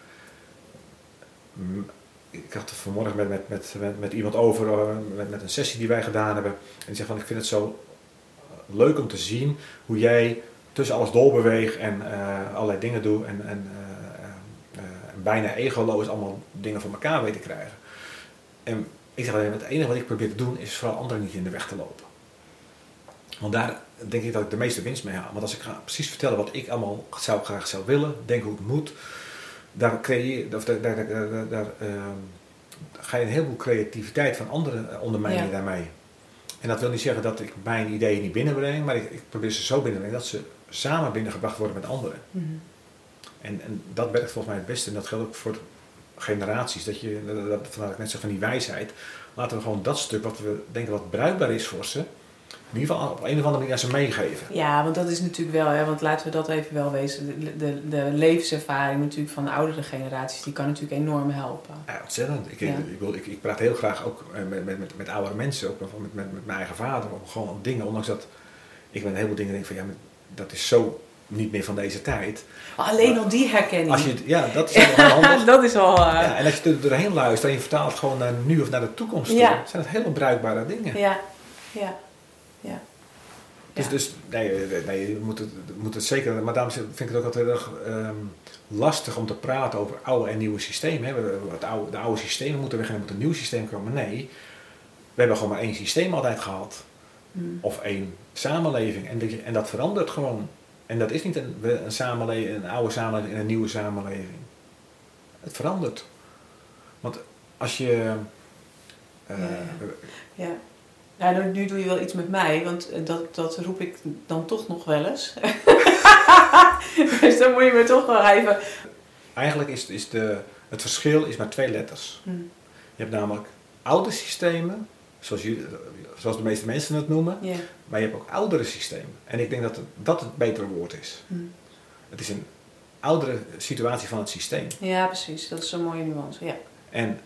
ik had het vanmorgen met, met, met, met, met iemand over, uh, met, met een sessie die wij gedaan hebben. En die zegt van, ik vind het zo leuk om te zien hoe jij tussen alles doorbeweeg en uh, allerlei dingen doe en, en, uh, uh, en bijna egoloos allemaal dingen voor elkaar weet te krijgen. En ik zeg, het enige wat ik probeer te doen is vooral anderen niet in de weg te lopen. Want daar denk ik dat ik de meeste winst mee haal. Want als ik ga precies vertellen wat ik allemaal zou, graag zou willen, denk hoe het moet, daar, creëer, of daar, daar, daar, daar, daar uh, ga je een heleboel creativiteit van anderen ondermijnen ja. daarmee. En dat wil niet zeggen dat ik mijn ideeën niet binnenbreng, maar ik, ik probeer ze zo binnenbrengen dat ze samen binnengebracht worden met anderen. Mm-hmm. En, en dat werkt volgens mij het beste. En dat geldt ook voor generaties. Dat je, dat, dat, vanuit ik net zeg van die wijsheid, laten we gewoon dat stuk wat we denken wat bruikbaar is voor ze, in ieder geval op een of andere manier aan ze meegeven. Ja, want dat is natuurlijk wel, hè, want laten we dat even wel wezen. De, de, de levenservaring natuurlijk van de oudere generaties, die kan natuurlijk enorm helpen. Ja, ontzettend. Ik, ja. ik, ik, ik, ik praat heel graag ook met, met, met, met oudere mensen, ook met, met, met mijn eigen vader, om gewoon dingen, ondanks dat ik met een heleboel dingen denk van ja, dat is zo niet meer van deze tijd. Alleen al die herkenning. Als je, ja, dat is wel handig. Dat is al... Uh... Ja, en als je er doorheen luistert en je vertaalt gewoon naar nu of naar de toekomst toe, ja. zijn dat hele bruikbare dingen. Ja, ja, ja. Dus, ja. dus nee, nee, je moet het, moet het zeker, maar daarom vind ik het ook altijd heel erg um, lastig om te praten over oude en nieuwe systemen. Hè. We, het oude, de oude systemen moeten weg en er moet een nieuw systeem komen. Nee, we hebben gewoon maar één systeem altijd gehad. Hmm. Of één samenleving. En, de, en dat verandert gewoon. En dat is niet een, een, samenleving, een oude samenleving en een nieuwe samenleving. Het verandert. Want als je... Uh, ja, ja. ja. Ja, nu doe je wel iets met mij, want dat, dat roep ik dan toch nog wel eens. Dus dan moet je me toch wel even... Eigenlijk is, is de, het verschil is maar twee letters. Hmm. Je hebt namelijk oude systemen, zoals, jullie, zoals de meeste mensen het noemen. Yeah. Maar je hebt ook oudere systemen. En ik denk dat het, dat het betere woord is. Mm. Het is een oudere situatie van het systeem. Ja, precies. Dat is een mooie nuance. Ja. En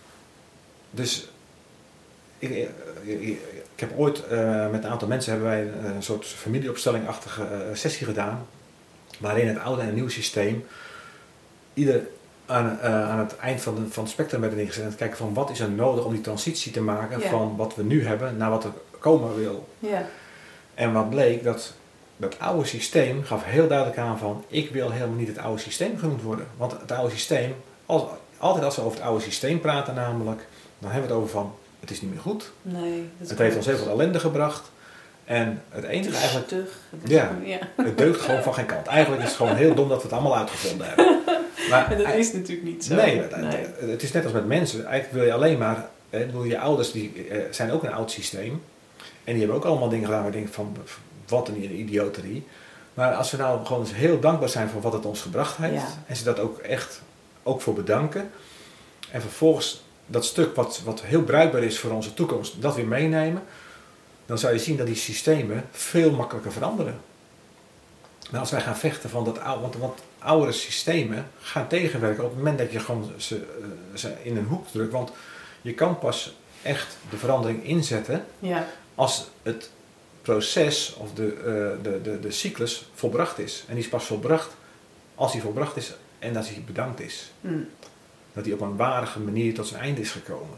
dus ik, ik, ik heb ooit uh, met een aantal mensen hebben wij een soort familieopstellingachtige uh, sessie gedaan. Waarin het oude en het nieuwe systeem ieder aan, uh, aan het eind van, de, van het spectrum werden neergezet. En te kijken van wat is er nodig om die transitie te maken ja. van wat we nu hebben naar wat er komen wil. Ja. En wat bleek, dat dat oude systeem gaf heel duidelijk aan van ik wil helemaal niet het oude systeem genoemd worden. Want het oude systeem, als, altijd als we over het oude systeem praten namelijk, dan hebben we het over van het is niet meer goed. Nee, dat het heeft ons heel veel ellende gebracht. En het enige het is eigenlijk... stug. Het, ja, gewoon, ja. het deugt gewoon van geen kant. Eigenlijk is het gewoon heel dom dat we het allemaal uitgevonden hebben. Maar dat is natuurlijk niet zo. Nee, nee, het is net als met mensen. Eigenlijk wil je alleen maar... Ik bedoel, je ouders die, uh, zijn ook een oud systeem. En die hebben ook allemaal dingen gedaan waar je denkt van... Wat een idioterie. Maar als we nou gewoon eens heel dankbaar zijn voor wat het ons gebracht heeft. Ja. En ze dat ook echt ook voor bedanken. En vervolgens dat stuk wat, wat heel bruikbaar is voor onze toekomst. Dat weer meenemen. Dan zou je zien dat die systemen veel makkelijker veranderen. Maar als wij gaan vechten van dat oude, want, want oudere systemen gaan tegenwerken op het moment dat je gewoon ze, ze in een hoek drukt. Want je kan pas echt de verandering inzetten ja. als het proces of de, uh, de, de, de cyclus volbracht is. En die is pas volbracht als die volbracht is en dat hij bedankt is. Mm. Dat hij op een waardige manier tot zijn einde is gekomen.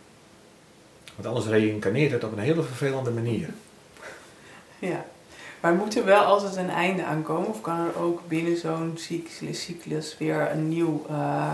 Want anders reïncarneert het op een hele vervelende manier. Ja, maar moet er wel altijd een einde aankomen? Of kan er ook binnen zo'n cyclus, cyclus weer een nieuw... Uh,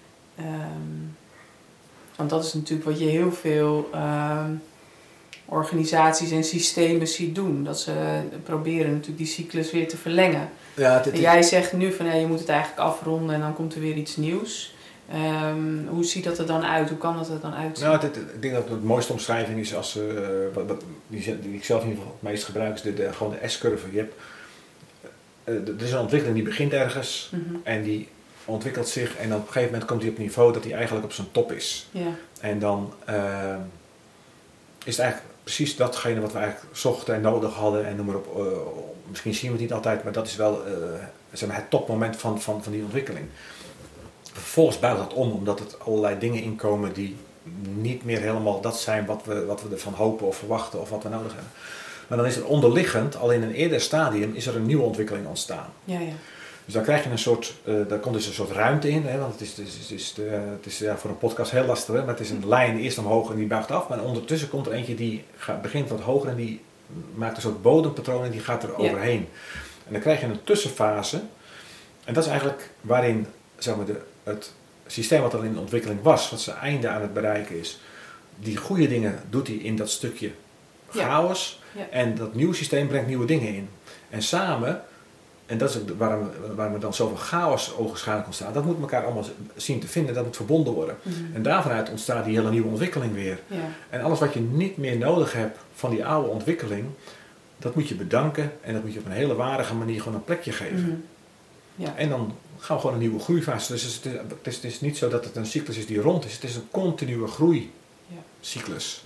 um, want dat is natuurlijk wat je heel veel uh, organisaties en systemen ziet doen. Dat ze proberen natuurlijk die cyclus weer te verlengen. Ja, het, het, en jij zegt nu van ja, je moet het eigenlijk afronden en dan komt er weer iets nieuws. Um, hoe ziet dat er dan uit? Hoe kan dat er dan uitzien? Nou, het, ik denk dat het de mooiste omschrijving is als, uh, wat, wat, die, die ik zelf in ieder geval het meest gebruik, is de, de, gewoon de S-curve. Je hebt, uh, er is een ontwikkeling die begint ergens mm-hmm. en die ontwikkelt zich en dan op een gegeven moment komt hij op een niveau dat hij eigenlijk op zijn top is. Ja. En dan uh, is het eigenlijk precies datgene wat we eigenlijk zochten en nodig hadden en noem maar op. Uh, misschien zien we het niet altijd, maar dat is wel uh, zeg maar het topmoment van, van, van die ontwikkeling. Vervolgens buigt dat om, omdat er allerlei dingen inkomen die niet meer helemaal dat zijn wat we, wat we ervan hopen of verwachten of wat we nodig hebben. Maar dan is er onderliggend, al in een eerder stadium, is er een nieuwe ontwikkeling ontstaan. Ja, ja. Dus dan krijg je een soort, uh, daar komt dus een soort ruimte in, hè, want het is, het is, het is, de, het is ja, voor een podcast heel lastig, hè, maar het is een lijn eerst omhoog en die buigt af. Maar ondertussen komt er eentje die gaat, begint wat hoger en die maakt een soort bodempatroon en die gaat er ja. overheen. En dan krijg je een tussenfase en dat is eigenlijk waarin, zeg maar, de het systeem wat al in ontwikkeling was, wat zijn einde aan het bereiken is, die goede dingen doet hij in dat stukje chaos ja. Ja. en dat nieuwe systeem brengt nieuwe dingen in. En samen, en dat is waarom, waarom er dan zoveel chaos ogenschijnlijk ontstaat, dat moet elkaar allemaal zien te vinden, dat moet verbonden worden. Mm-hmm. En daarvanuit ontstaat die hele nieuwe ontwikkeling weer. Ja. En alles wat je niet meer nodig hebt van die oude ontwikkeling, dat moet je bedanken en dat moet je op een hele waardige manier gewoon een plekje geven. Mm-hmm. Ja. En dan gaan we gewoon een nieuwe groeifase. Dus het is, het, is, het is niet zo dat het een cyclus is die rond is. Het is een continue groeicyclus.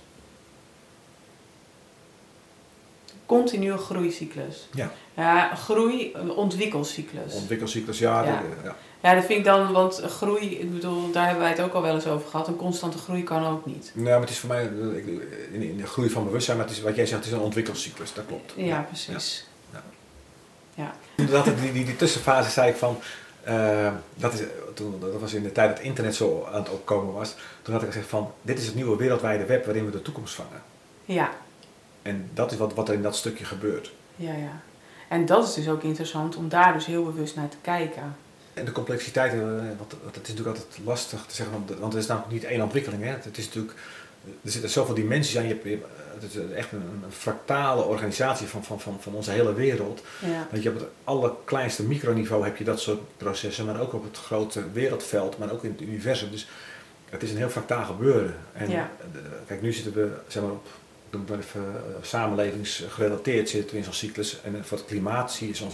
Ja. Continue groeicyclus. Ja. Ja, groei, ontwikkelcyclus. Ontwikkelcyclus, ja, ja. De, ja. Ja, dat vind ik dan, want groei, ik bedoel, daar hebben wij het ook al wel eens over gehad. Een constante groei kan ook niet. Nee, maar het is voor mij, in, in de groei van bewustzijn, maar het is, wat jij zegt, het is een ontwikkelcyclus, dat klopt. Ja, precies. Ja. Ja. Ja. Dat die, die, die tussenfase zei ik van, uh, dat, is, toen, dat was in de tijd dat internet zo aan het opkomen was, toen had ik gezegd van, dit is het nieuwe wereldwijde web waarin we de toekomst vangen. Ja. En dat is wat, wat er in dat stukje gebeurt. Ja, ja. En dat is dus ook interessant om daar dus heel bewust naar te kijken. En de complexiteit, want het is natuurlijk altijd lastig te zeggen, want het is namelijk niet één ontwikkeling. Hè. Het is natuurlijk, er zitten zoveel dimensies aan. Je hebt, het is echt een, een fractale organisatie van, van, van, van onze hele wereld. Ja. Want je op het allerkleinste microniveau heb je dat soort processen, maar ook op het grote wereldveld, maar ook in het universum. Dus het is een heel fractaal gebeuren. En ja. Kijk, nu zitten we, zeg maar, op, doen we even uh, samenlevingsgerelateerd zitten we in zo'n cyclus. En voor het klimaat zie je zo'n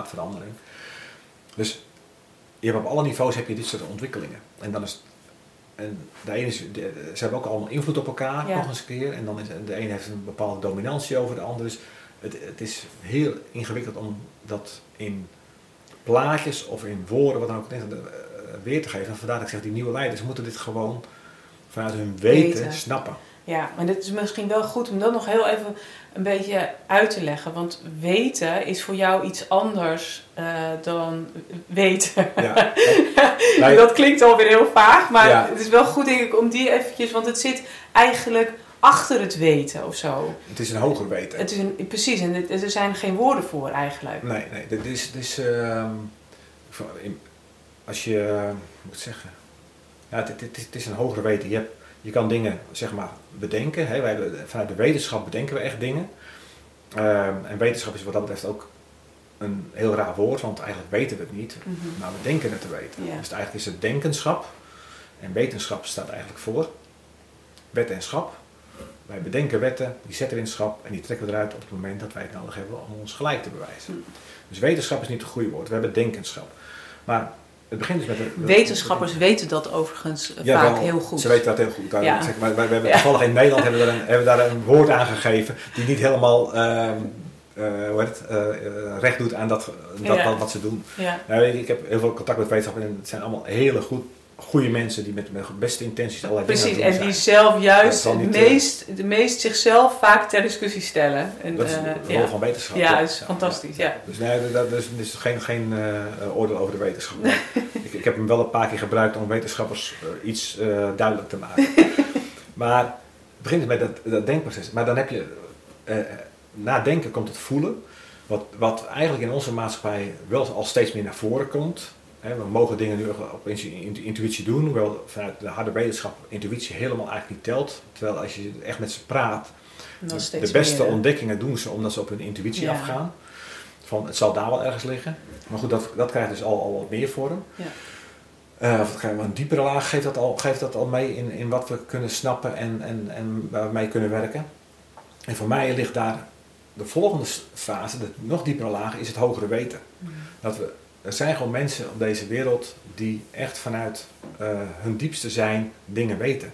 klimaatverandering. Dus je hebt op alle niveaus heb je dit soort ontwikkelingen. En dan is het, en de ene is, de, ze hebben ook allemaal invloed op elkaar Ja. nog eens een keer. En dan is de ene heeft een bepaalde dominantie over de ander. Dus het, het is heel ingewikkeld om dat in plaatjes of in woorden, wat dan ook, weer te geven. En vandaar dat ik zeg, die nieuwe leiders moeten dit gewoon vanuit hun weten, Weten. snappen. Ja, maar dit is misschien wel goed om dat nog heel even een beetje uit te leggen. Want weten is voor jou iets anders uh, dan weten. Ja. Nou, dat klinkt alweer heel vaag, maar ja. het is wel goed denk ik om die eventjes, want het zit eigenlijk achter het weten of zo. Het is een hoger weten. Het is een, precies, en het, er zijn geen woorden voor eigenlijk. Nee, nee, dit is, dit is uh, als je, uh, moet ik zeggen, ja, het, het, het is een hoger weten. Je hebt Je kan dingen, zeg maar, bedenken. Hè. Wij, vanuit de wetenschap bedenken we echt dingen. Uh, en wetenschap is wat dat betreft ook een heel raar woord, want eigenlijk weten we het niet. Mm-hmm. Maar we denken het te weten. Ja. Dus eigenlijk is het denkenschap. En wetenschap staat eigenlijk voor wet en schap. Wij bedenken wetten, die zetten we in het schap en die trekken we eruit op het moment dat wij het nodig hebben om ons gelijk te bewijzen. Mm. Dus wetenschap is niet het goede woord. We hebben denkenschap. Maar het begint dus met de, wetenschappers weten dat overigens ja, vaak wel, heel goed. Ze weten dat heel goed. Ja. Zeg maar, we hebben toevallig in Nederland hebben we, daar een, hebben we daar een woord aan gegeven die niet helemaal uh, uh, hoe heet het, uh, recht doet aan dat, dat ja. wat, wat ze doen. Ja. Nou, ik heb heel veel contact met wetenschappers en het zijn allemaal hele goed, goede mensen die met, met de beste intenties allerlei Precies, dingen aan en die zijn. zelf juist het niet, meest, de meest zichzelf vaak ter discussie stellen. En, dat is de uh, rol ja. van wetenschap. Ja, dat is ja, fantastisch. Ja. Ja. Dus nee, dat is, dat is geen, geen uh, oordeel over de wetenschap. ik, ik heb hem wel een paar keer gebruikt om wetenschappers uh, iets uh, duidelijk te maken. Maar het begint met dat, dat denkproces. Maar dan heb je, uh, na denken komt het voelen. Wat, wat eigenlijk in onze maatschappij wel al steeds meer naar voren komt. He, we mogen dingen nu op intuïtie doen, hoewel vanuit de harde wetenschap intuïtie helemaal eigenlijk niet telt. Terwijl als je echt met ze praat, de, de beste meer, ontdekkingen doen ze omdat ze op hun intuïtie ja. afgaan. Van het zal daar wel ergens liggen. Maar goed, dat, dat krijgt dus al, al wat meer vorm. Ja. Uh, of een diepere laag geeft dat al, geeft dat al mee in, in wat we kunnen snappen en, en, en waar we mee kunnen werken. En voor mij ligt daar de volgende fase, de nog diepere laag, is het hogere weten. Mm. Dat we Er zijn gewoon mensen op deze wereld die echt vanuit uh, hun diepste zijn dingen weten.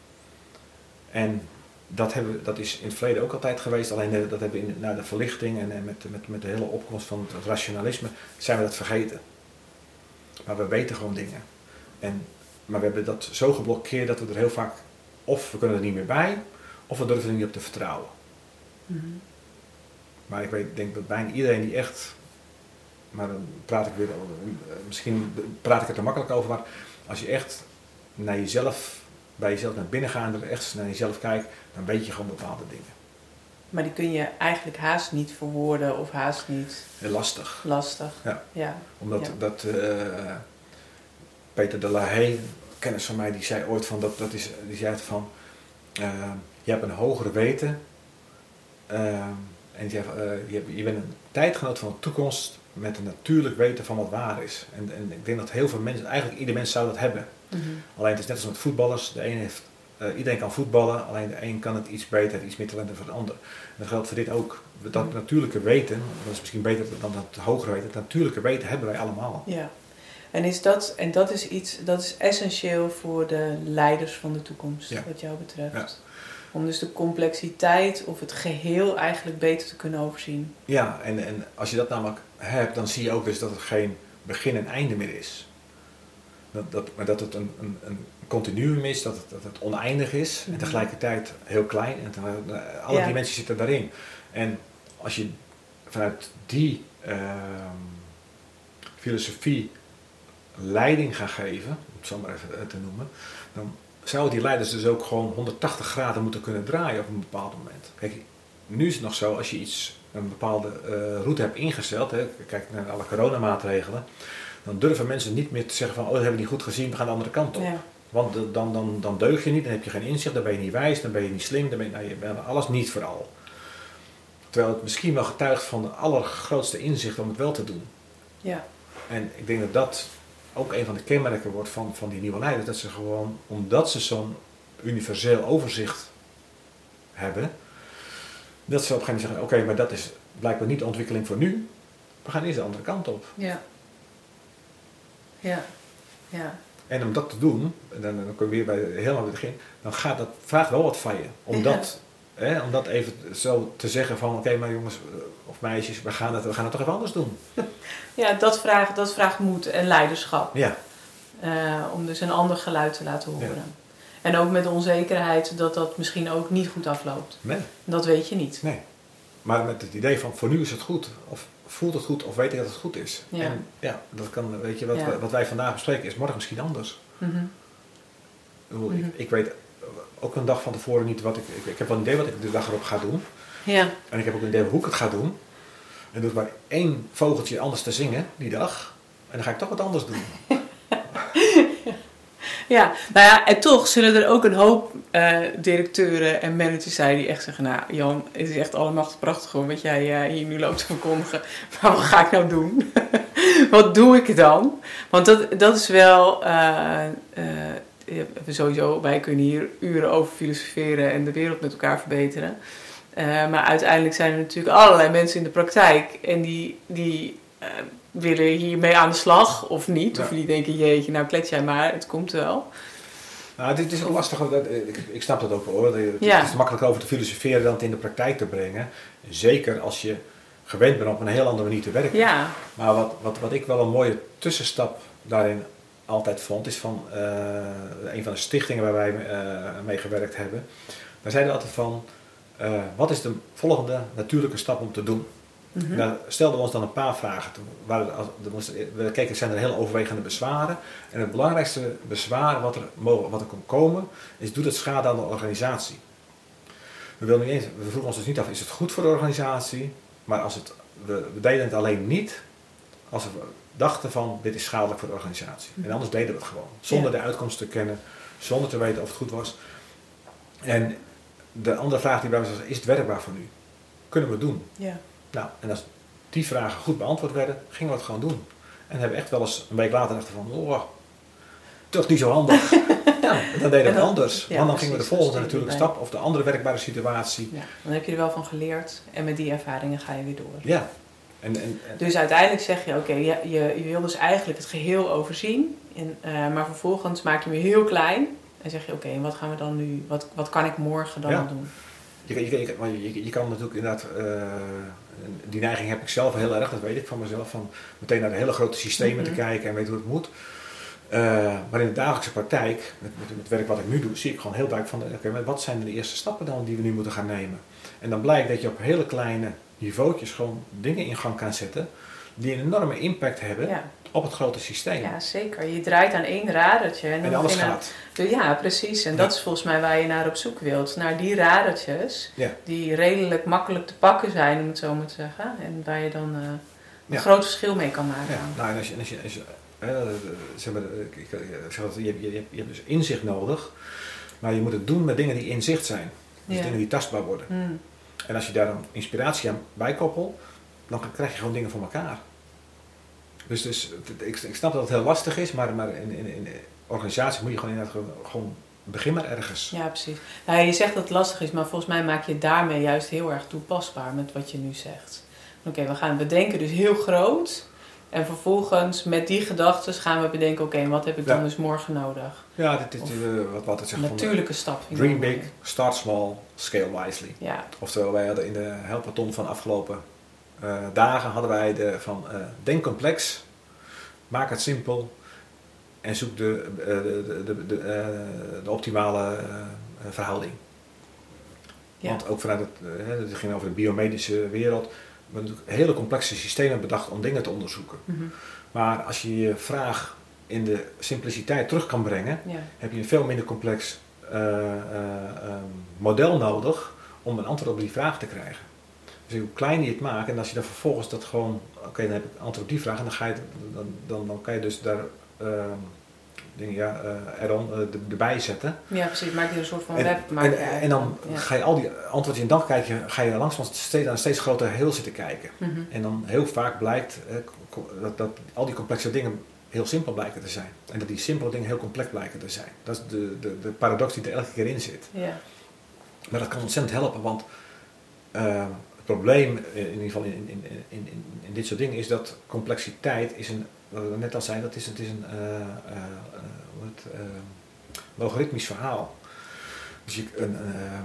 En dat, hebben, dat is in het verleden ook altijd geweest, alleen de, dat hebben we in, na de verlichting en, en met, met, met de hele opkomst van het rationalisme zijn we dat vergeten. Maar we weten gewoon dingen. En, maar we hebben dat zo geblokkeerd dat we er heel vaak, of we kunnen er niet meer bij, of we durven er niet op te vertrouwen. Mm-hmm. Maar ik weet, denk dat bijna iedereen die echt... Maar dan praat ik weer, misschien praat ik er te makkelijk over, maar als je echt naar jezelf, bij jezelf naar binnen gaat en er echt naar jezelf kijkt, dan weet je gewoon bepaalde dingen. Maar die kun je eigenlijk haast niet verwoorden of haast niet... Heel lastig. Lastig, ja. ja. Omdat ja. dat, uh, Peter de La Haye, kennis van mij, die zei ooit van, dat, dat is, die zei van, uh, je hebt een hogere weten uh, en die zei van, uh, je, hebt, je bent een tijdgenoot van de toekomst, met een natuurlijk weten van wat waar is. En, en ik denk dat heel veel mensen, eigenlijk ieder mens zou dat hebben. Mm-hmm. Alleen het is net als met voetballers. De een heeft, uh, iedereen kan voetballen, alleen de een kan het iets beter, iets meer talent dan de ander. En dat geldt voor dit ook. Dat mm-hmm. natuurlijke weten, dat is misschien beter dan het hogere weten, het natuurlijke weten hebben wij allemaal. Ja. En, is dat, en dat is iets, dat is essentieel voor de leiders van de toekomst, ja. wat jou betreft. Ja. Om dus de complexiteit of het geheel eigenlijk beter te kunnen overzien. Ja, en, en als je dat namelijk hebt, dan zie je ook dus dat het geen begin en einde meer is. Dat, dat, maar dat het een, een, een continuum is, dat het, dat het oneindig is mm-hmm. en tegelijkertijd heel klein. En te, alle ja. dimensies zitten daarin. En als je vanuit die uh, filosofie leiding gaat geven, om het zo maar even te noemen, dan zouden die leiders dus ook gewoon honderdtachtig graden moeten kunnen draaien op een bepaald moment. Kijk, nu is het nog zo, als je iets, een bepaalde uh, route hebt ingesteld, hè, kijk naar alle coronamaatregelen, dan durven mensen niet meer te zeggen van, oh, dat hebben we niet goed gezien, we gaan de andere kant op. Ja. Want uh, dan, dan, dan deug je niet, dan heb je geen inzicht, dan ben je niet wijs, dan ben je niet slim, dan ben je, nou, je bent alles niet vooral. Terwijl het misschien wel getuigt van de allergrootste inzicht om het wel te doen. Ja. En ik denk dat dat ook een van de kenmerken wordt van, van die nieuwe leiders, dat ze gewoon, omdat ze zo'n universeel overzicht hebben, dat ze op een gegeven moment zeggen, oké, okay, maar dat is blijkbaar niet de ontwikkeling voor nu, we gaan eerst de andere kant op. Ja. Ja. Ja. En om dat te doen, en dan, dan kom je weer bij helemaal bij het begin, dan gaat dat vraagt wel wat van je. Om, ja. dat, hè, om dat even zo te zeggen van, oké, okay, maar jongens of meisjes, we gaan, het, we gaan het toch even anders doen. Ja, dat vraagt, dat vraagt moed en leiderschap. Ja. Uh, om dus een ander geluid te laten horen. Ja. En ook met de onzekerheid dat dat misschien ook niet goed afloopt. Nee. Dat weet je niet. Nee. Maar met het idee van, voor nu is het goed. Of voelt het goed, of weet ik dat het goed is. Ja. En ja, dat kan, weet je, wat, ja. wat wij vandaag bespreken is morgen misschien anders. Mm-hmm. Ik, mm-hmm. ik, ik weet ook een dag van tevoren niet wat ik, ik... Ik heb wel een idee wat ik de dag erop ga doen. Ja. En ik heb ook een idee hoe ik het ga doen. En doe maar één vogeltje anders te zingen die dag. En dan ga ik toch wat anders doen. Ja, nou ja, en toch zullen er ook een hoop uh, directeuren en managers zijn die echt zeggen, nou Jan, het is echt allemachtig prachtig hoor, wat jij uh, hier nu loopt te verkondigen. Maar wat ga ik nou doen? Wat doe ik dan? Want dat, dat is wel, uh, uh, sowieso, wij kunnen hier uren over filosoferen en de wereld met elkaar verbeteren. Uh, maar uiteindelijk zijn er natuurlijk allerlei mensen in de praktijk en die... die uh, willen hiermee aan de slag of niet. Ja. Of die denken, jeetje, nou klets jij maar, het komt wel. Nou, dit is ook lastig, ik, ik snap dat ook wel hoor. Het ja. is makkelijker over te filosoferen dan het in de praktijk te brengen. Zeker als je gewend bent op een heel andere manier te werken. Ja. Maar wat, wat, wat ik wel een mooie tussenstap daarin altijd vond, is van uh, een van de stichtingen waar wij uh, mee gewerkt hebben. Daar zeiden we altijd van, uh, wat is de volgende natuurlijke stap om te doen? Mm-hmm. Daar stelden we ons dan een paar vragen. We keken, zijn er heel overwegende bezwaren. En het belangrijkste bezwaar wat er, wat er kon komen, is doet het schade aan de organisatie. We, wilden niet eens, we vroegen ons dus niet af, is het goed voor de organisatie? Maar als het, we, we deden het alleen niet als we dachten van, dit is schadelijk voor de organisatie. Mm-hmm. En anders deden we het gewoon. Zonder ja. de uitkomst te kennen, zonder te weten of het goed was. En de andere vraag die bij ons was, is het werkbaar voor nu? Kunnen we het doen? Ja. Nou, en als die vragen goed beantwoord werden, gingen we het gewoon doen. En hebben echt wel eens een week later dachten van, oh, toch niet zo handig. Ja, dan deden we het anders. Ja, want dan precies, gingen we de volgende natuurlijke stap of de andere werkbare situatie. Ja, dan heb je er wel van geleerd en met die ervaringen ga je weer door. Ja. En, en, en dus uiteindelijk zeg je, oké, okay, je, je, je wil dus eigenlijk het geheel overzien. En, uh, maar vervolgens maak je hem heel klein. En zeg je, oké, okay, wat gaan we dan nu, wat, wat kan ik morgen dan ja. doen? Je, je, je, je, je kan natuurlijk inderdaad, uh, die neiging heb ik zelf heel erg, dat weet ik van mezelf, van meteen naar de hele grote systemen mm-hmm. te kijken en weten hoe het moet. Uh, maar in de dagelijkse praktijk, met, met, met het werk wat ik nu doe, zie ik gewoon heel duidelijk van, oké, okay, wat zijn de eerste stappen dan die we nu moeten gaan nemen? En dan blijkt dat je op hele kleine niveautjes gewoon dingen in gang kan zetten die een enorme impact hebben ja. op het grote systeem. Ja, zeker. Je draait aan één radertje. En, en alles gaat. Een, ja, precies. En ja. dat is volgens mij waar je naar op zoek wilt. Naar die radertjes ja. die redelijk makkelijk te pakken zijn, om het zo maar te zeggen. En waar je dan uh, een ja. groot verschil mee kan maken. Ja. Nou, en als je, als je, als je, uh, zeg maar, ik, ik, zeg dat, je, je, je, je hebt dus inzicht nodig, maar je moet het doen met dingen die in zicht zijn. Dus ja. dingen die tastbaar worden. Mm. En als je daar dan inspiratie aan bijkoppelt, dan krijg je gewoon dingen voor elkaar. Dus, dus ik, ik snap dat het heel lastig is, maar, maar in, in, in organisatie moet je gewoon inderdaad gewoon, gewoon begin maar ergens. Ja, precies. Nou, je zegt dat het lastig is, maar volgens mij maak je het daarmee juist heel erg toepasbaar met wat je nu zegt. Oké, okay, we gaan bedenken dus heel groot en vervolgens met die gedachten gaan we bedenken, oké, okay, wat heb ik dan ja. dus morgen nodig? Ja, dit is uh, wat, wat het zegt. Natuurlijke stap. Dream big, start small, scale wisely. Ja. Oftewel, wij hadden in de helpathon van afgelopen uh, dagen hadden wij de van uh, denk complex, maak het simpel en zoek de, uh, de, de, de, uh, de optimale uh, verhouding. Ja. Want ook vanuit het, uh, het ging over de biomedische wereld, we hebben hele complexe systemen bedacht om dingen te onderzoeken. Mm-hmm. Maar als je je vraag in de simpliciteit terug kan brengen, ja. heb je een veel minder complex uh, uh, um, model nodig om een antwoord op die vraag te krijgen. Dus hoe kleiner je het maakt en als je dan vervolgens dat gewoon, oké, okay, dan heb ik antwoord op die vraag en dan, ga je, dan, dan, dan kan je dus daar uh, dingen, ja, uh, eron, uh, erbij zetten. Ja, precies, maak je een soort van en, web. En, en, en dan ja. ga je al die antwoorden en dan kijk je, ga je langzaam steeds aan een steeds groter geheel zitten kijken. Mm-hmm. En dan heel vaak blijkt uh, dat, dat al die complexe dingen heel simpel blijken te zijn. En dat die simpele dingen heel complex blijken te zijn. Dat is de, de, de paradox die er elke keer in zit. Ja. Maar dat kan ontzettend helpen, want uh, het probleem in ieder geval in, in, in, in, in dit soort dingen is dat complexiteit is een, wat we net al zeiden, dat is, het is een, uh, uh, het uh, logaritmisch verhaal. Dus je, een,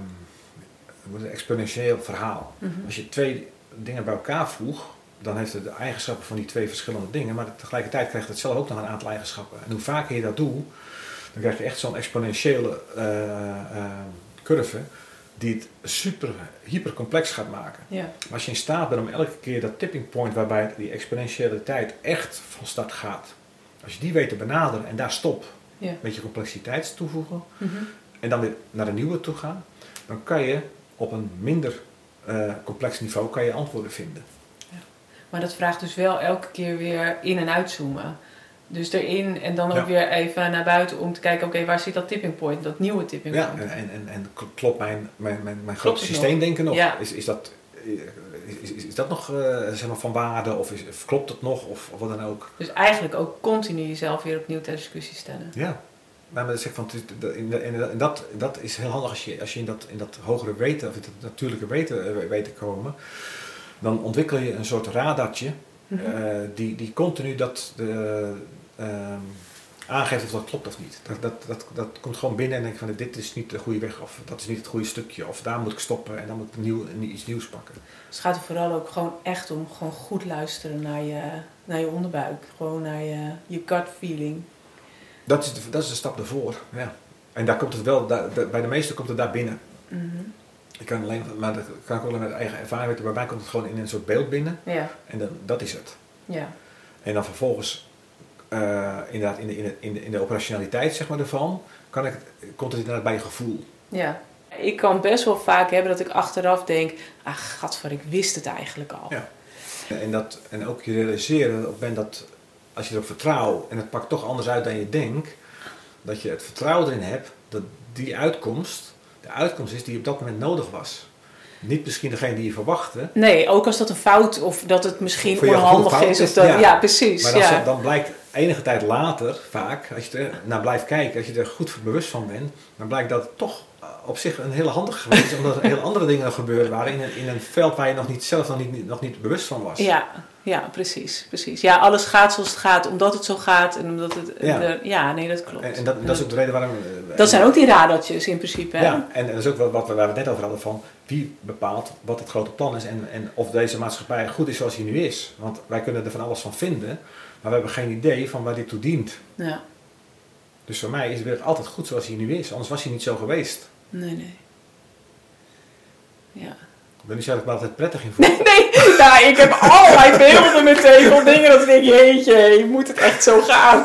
een, een exponentieel verhaal. Mm-hmm. Als je twee dingen bij elkaar voegt, dan heeft het de eigenschappen van die twee verschillende dingen, maar tegelijkertijd krijgt het zelf ook nog een aantal eigenschappen. En hoe vaker je dat doet, dan krijg je echt zo'n exponentiële uh, uh, curve die het super, hyper complex gaat maken. Ja. Maar als je in staat bent om elke keer dat tipping point waarbij die exponentiële tijd echt van start gaat, als je die weet te benaderen en daar stop, ja. een beetje complexiteit toevoegen mm-hmm. en dan weer naar een nieuwe toe gaan, dan kan je op een minder uh, complex niveau kan je antwoorden vinden. Ja. Maar dat vraagt dus wel elke keer weer in- en uitzoomen. Dus erin en dan ook ja. weer even naar buiten om te kijken, oké, okay, waar zit dat tipping point, dat nieuwe tipping point? Ja, en, en, en klopt mijn, mijn, mijn, mijn grote systeemdenken nog? nog? Ja. Is, is, dat, is, is, is dat nog uh, zeg maar van waarde of, is, of klopt het nog of, of wat dan ook? Dus eigenlijk ook continu jezelf weer opnieuw ter discussie stellen. Ja, maar dat, zeg van, en dat, dat is heel handig als je, als je in, dat, in dat hogere weten of in dat natuurlijke weten weet te komen. Dan ontwikkel je een soort radartje mm-hmm. uh, die, die continu dat de, uh, aangeeft of dat klopt of niet. Dat, dat, dat, dat komt gewoon binnen en denk van dit is niet de goede weg of dat is niet het goede stukje of daar moet ik stoppen en dan moet ik nieuw, iets nieuws pakken. Dus het gaat er vooral ook gewoon echt om gewoon goed luisteren naar je, naar je onderbuik. Gewoon naar je, je gut feeling. Dat is, de, dat is de stap ervoor, ja. En daar komt het wel, daar, bij de meesten komt het daar binnen. Mm-hmm. Ik kan alleen, maar dat kan ik ook alleen met eigen ervaring weten. Bij mij komt het gewoon in een soort beeld binnen. Ja. En dan, dat is het. Ja. En dan vervolgens, uh, inderdaad in de, in, de, in, de, in de operationaliteit zeg maar ervan, kan ik, komt het inderdaad bij je gevoel. Ja. Ik kan best wel vaak hebben dat ik achteraf denk, ach gadver, ik wist het eigenlijk al. Ja. En, dat, en ook je realiseren op ben dat als je erop vertrouwt en het pakt toch anders uit dan je denkt, dat je het vertrouwen erin hebt dat die uitkomst de uitkomst is die op dat moment nodig was. Niet misschien degene die je verwachtte. Nee, ook als dat een fout of dat het misschien onhandig is. Of dat, ja. ja, precies. Maar dan, ja. dan blijkt enige tijd later, vaak, als je er naar blijft kijken, als je er goed bewust van bent, dan blijkt dat het toch op zich een hele handige geweest is, omdat er heel andere dingen gebeurd waren in een, in een veld waar je nog niet, zelf nog niet, nog niet bewust van was. Ja, ja, precies, precies. Ja, alles gaat zoals het gaat, omdat het zo gaat en omdat het... Ja, de, ja nee, dat klopt. En, en dat, dat is ook de reden waarom... Uh, dat zijn ook die radartjes in principe, hè? Ja, en, en dat is ook wat, wat we, waar we het net over hadden van wie bepaalt wat het grote plan is en, en of deze maatschappij goed is zoals hij nu is. Want wij kunnen er van alles van vinden, maar we hebben geen idee van waar dit toe dient. Ja. Dus voor mij is de wereld altijd goed zoals hij nu is, anders was hij niet zo geweest. Nee, nee. Ja. Ik ben niet zo dat ik me altijd prettig in voel. Nee, nee. Nou, ik heb allerlei beelden meteen van dingen dat ik denk, jeetje, je moet het echt zo gaan.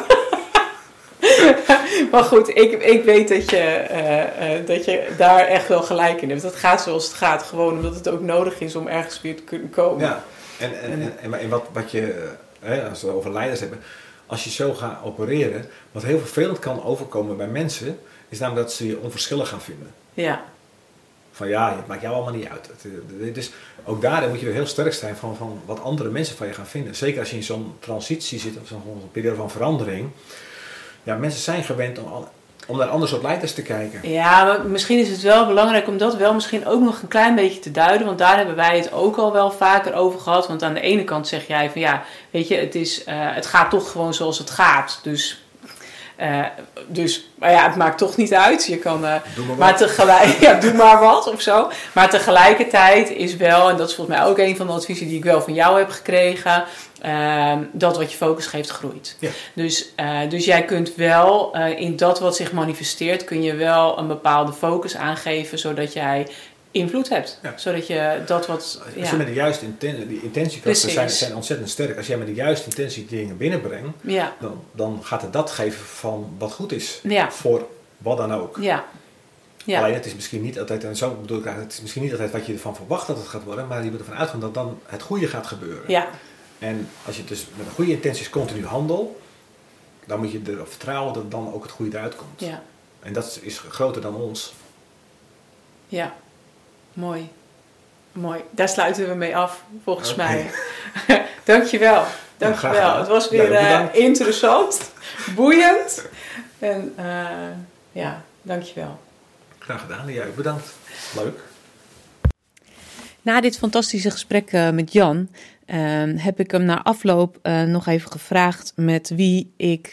Maar goed, ik, ik weet dat je, uh, uh, dat je daar echt wel gelijk in hebt. Dat gaat zoals het gaat, gewoon omdat het ook nodig is om ergens weer te kunnen komen. Ja, en, en, en, en, en wat, wat je, uh, hè, als we het over leiders hebben, als je zo gaat opereren, wat heel vervelend kan overkomen bij mensen, is namelijk dat ze je onverschillig gaan vinden. Ja. Van ja, het maakt jou allemaal niet uit. Dus ook daarin moet je er heel sterk zijn van, van wat andere mensen van je gaan vinden. Zeker als je in zo'n transitie zit, of zo'n periode van verandering. Ja, mensen zijn gewend om, om naar ander soort leiders te kijken. Ja, maar misschien is het wel belangrijk om dat wel misschien ook nog een klein beetje te duiden. Want daar hebben wij het ook al wel vaker over gehad. Want aan de ene kant zeg jij van ja, weet je, het, is, uh, het gaat toch gewoon zoals het gaat. Dus... Uh, dus, maar ja, het maakt toch niet uit. Je kan, uh, doe maar, maar tegelijk, ja, doe maar wat of zo. Maar tegelijkertijd is wel, en dat is volgens mij ook een van de adviezen die ik wel van jou heb gekregen, uh, dat wat je focus geeft groeit. Ja. Dus, uh, dus jij kunt wel uh, in dat wat zich manifesteert, kun je wel een bepaalde focus aangeven, zodat jij invloed hebt. Ja. Zodat je dat wat... Als ja. je met de juiste inten- die intentiekrachten zijn, zijn ontzettend sterk. Als jij met de juiste intentie dingen binnenbrengt, ja. dan, dan gaat het dat geven van wat goed is. Ja. Voor wat dan ook. Ja. Ja. Alleen het is misschien niet altijd, en zo bedoel ik eigenlijk, het is misschien niet altijd wat je ervan verwacht dat het gaat worden, maar je moet ervan uitgaan dat dan het goede gaat gebeuren. Ja. En als je dus met goede intenties continu handelt, dan moet je erop vertrouwen dat dan ook het goede eruit komt. Ja. En dat is groter dan ons. Ja. Mooi. Mooi. Daar sluiten we mee af, volgens okay. mij. Dankjewel. Dankjewel. Ja, het was weer uh, interessant, boeiend. En uh, ja, dankjewel. Graag gedaan. Jij bedankt. Leuk. Na dit fantastische gesprek uh, met Jan uh, heb ik hem na afloop uh, nog even gevraagd met wie ik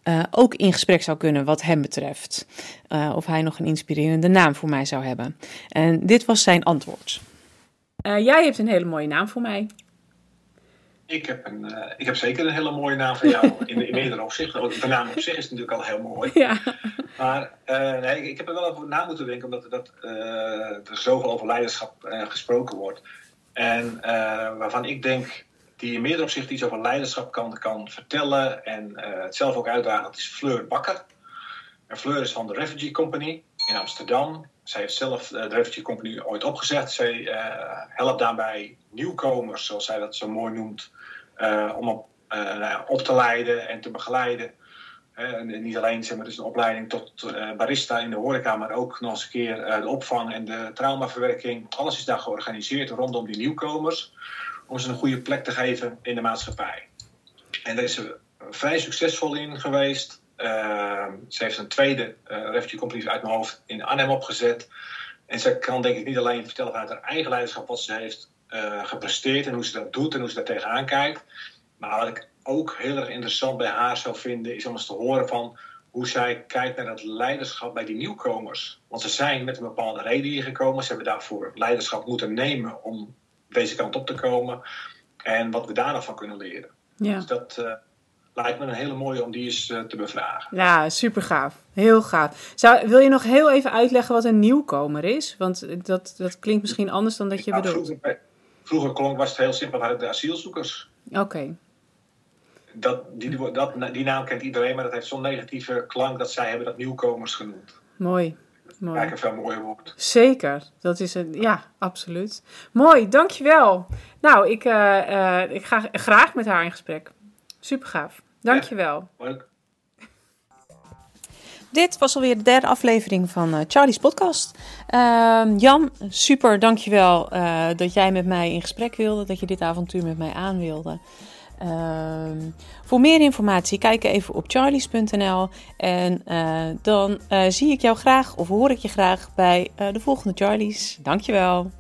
uh, ook in gesprek zou kunnen wat hem betreft. Uh, of hij nog een inspirerende naam voor mij zou hebben. En dit was zijn antwoord. Uh, jij hebt een hele mooie naam voor mij. Ik heb, een, uh, ik heb zeker een hele mooie naam voor jou, in, in meerdere opzichten. De naam op zich is natuurlijk al heel mooi. Ja. Maar uh, nee, ik, ik heb er wel over na moeten denken, omdat dat, uh, er zoveel over leiderschap uh, gesproken wordt. En uh, waarvan ik denk, die in meerdere opzichten iets over leiderschap kan, kan vertellen en uh, het zelf ook uitdragen, dat is Fleur Bakker. En Fleur is van de Refugee Company in Amsterdam. Zij heeft zelf de Refugee Company ooit opgezet. Zij uh, helpt daarbij nieuwkomers, zoals zij dat zo mooi noemt, uh, om op, uh, nou, op te leiden en te begeleiden. Uh, en niet alleen zeg maar, dus een opleiding tot uh, barista in de horeca, maar ook nog eens een keer uh, de opvang en de traumaverwerking. Alles is daar georganiseerd rondom die nieuwkomers, om ze een goede plek te geven in de maatschappij. En daar is ze vrij succesvol in geweest. Uh, ze heeft een tweede uh, Refugee Company uit mijn hoofd in Arnhem opgezet. En ze kan denk ik niet alleen vertellen vanuit haar eigen leiderschap wat ze heeft uh, gepresteerd en hoe ze dat doet en hoe ze daar tegenaan kijkt. Maar wat ik ook heel erg interessant bij haar zou vinden is om eens te horen van hoe zij kijkt naar dat leiderschap bij die nieuwkomers. Want ze zijn met een bepaalde reden hier gekomen. Ze hebben daarvoor leiderschap moeten nemen om deze kant op te komen. En wat we daar nog van kunnen leren. Ja. Dus dat uh, lijkt me een hele mooie om die eens uh, te bevragen. Ja, super gaaf. Heel gaaf. Zou, wil je nog heel even uitleggen wat een nieuwkomer is? Want dat, dat klinkt misschien anders dan dat je nou, bedoelt. Vroeger, vroeger klonk, was het heel simpel, waren het de asielzoekers. Oké. Okay. Dat, die, dat, die naam kent iedereen, maar dat heeft zo'n negatieve klank dat zij hebben dat nieuwkomers genoemd. Mooi. Mooi. Kijk, een veel mooier woord. Zeker, dat is een, ja, absoluut. Mooi, dankjewel. Nou, ik, uh, uh, ik ga graag met haar in gesprek. Super gaaf. Dankjewel. Ja, leuk. Dit was alweer de derde aflevering van uh, Charlie's podcast. Uh, Jan, super, dankjewel uh, dat jij met mij in gesprek wilde, dat je dit avontuur met mij aan wilde. Uh, voor meer informatie kijk even op charlies punt n l en uh, dan uh, zie ik jou graag of hoor ik je graag bij uh, de volgende Charlies. Dankjewel.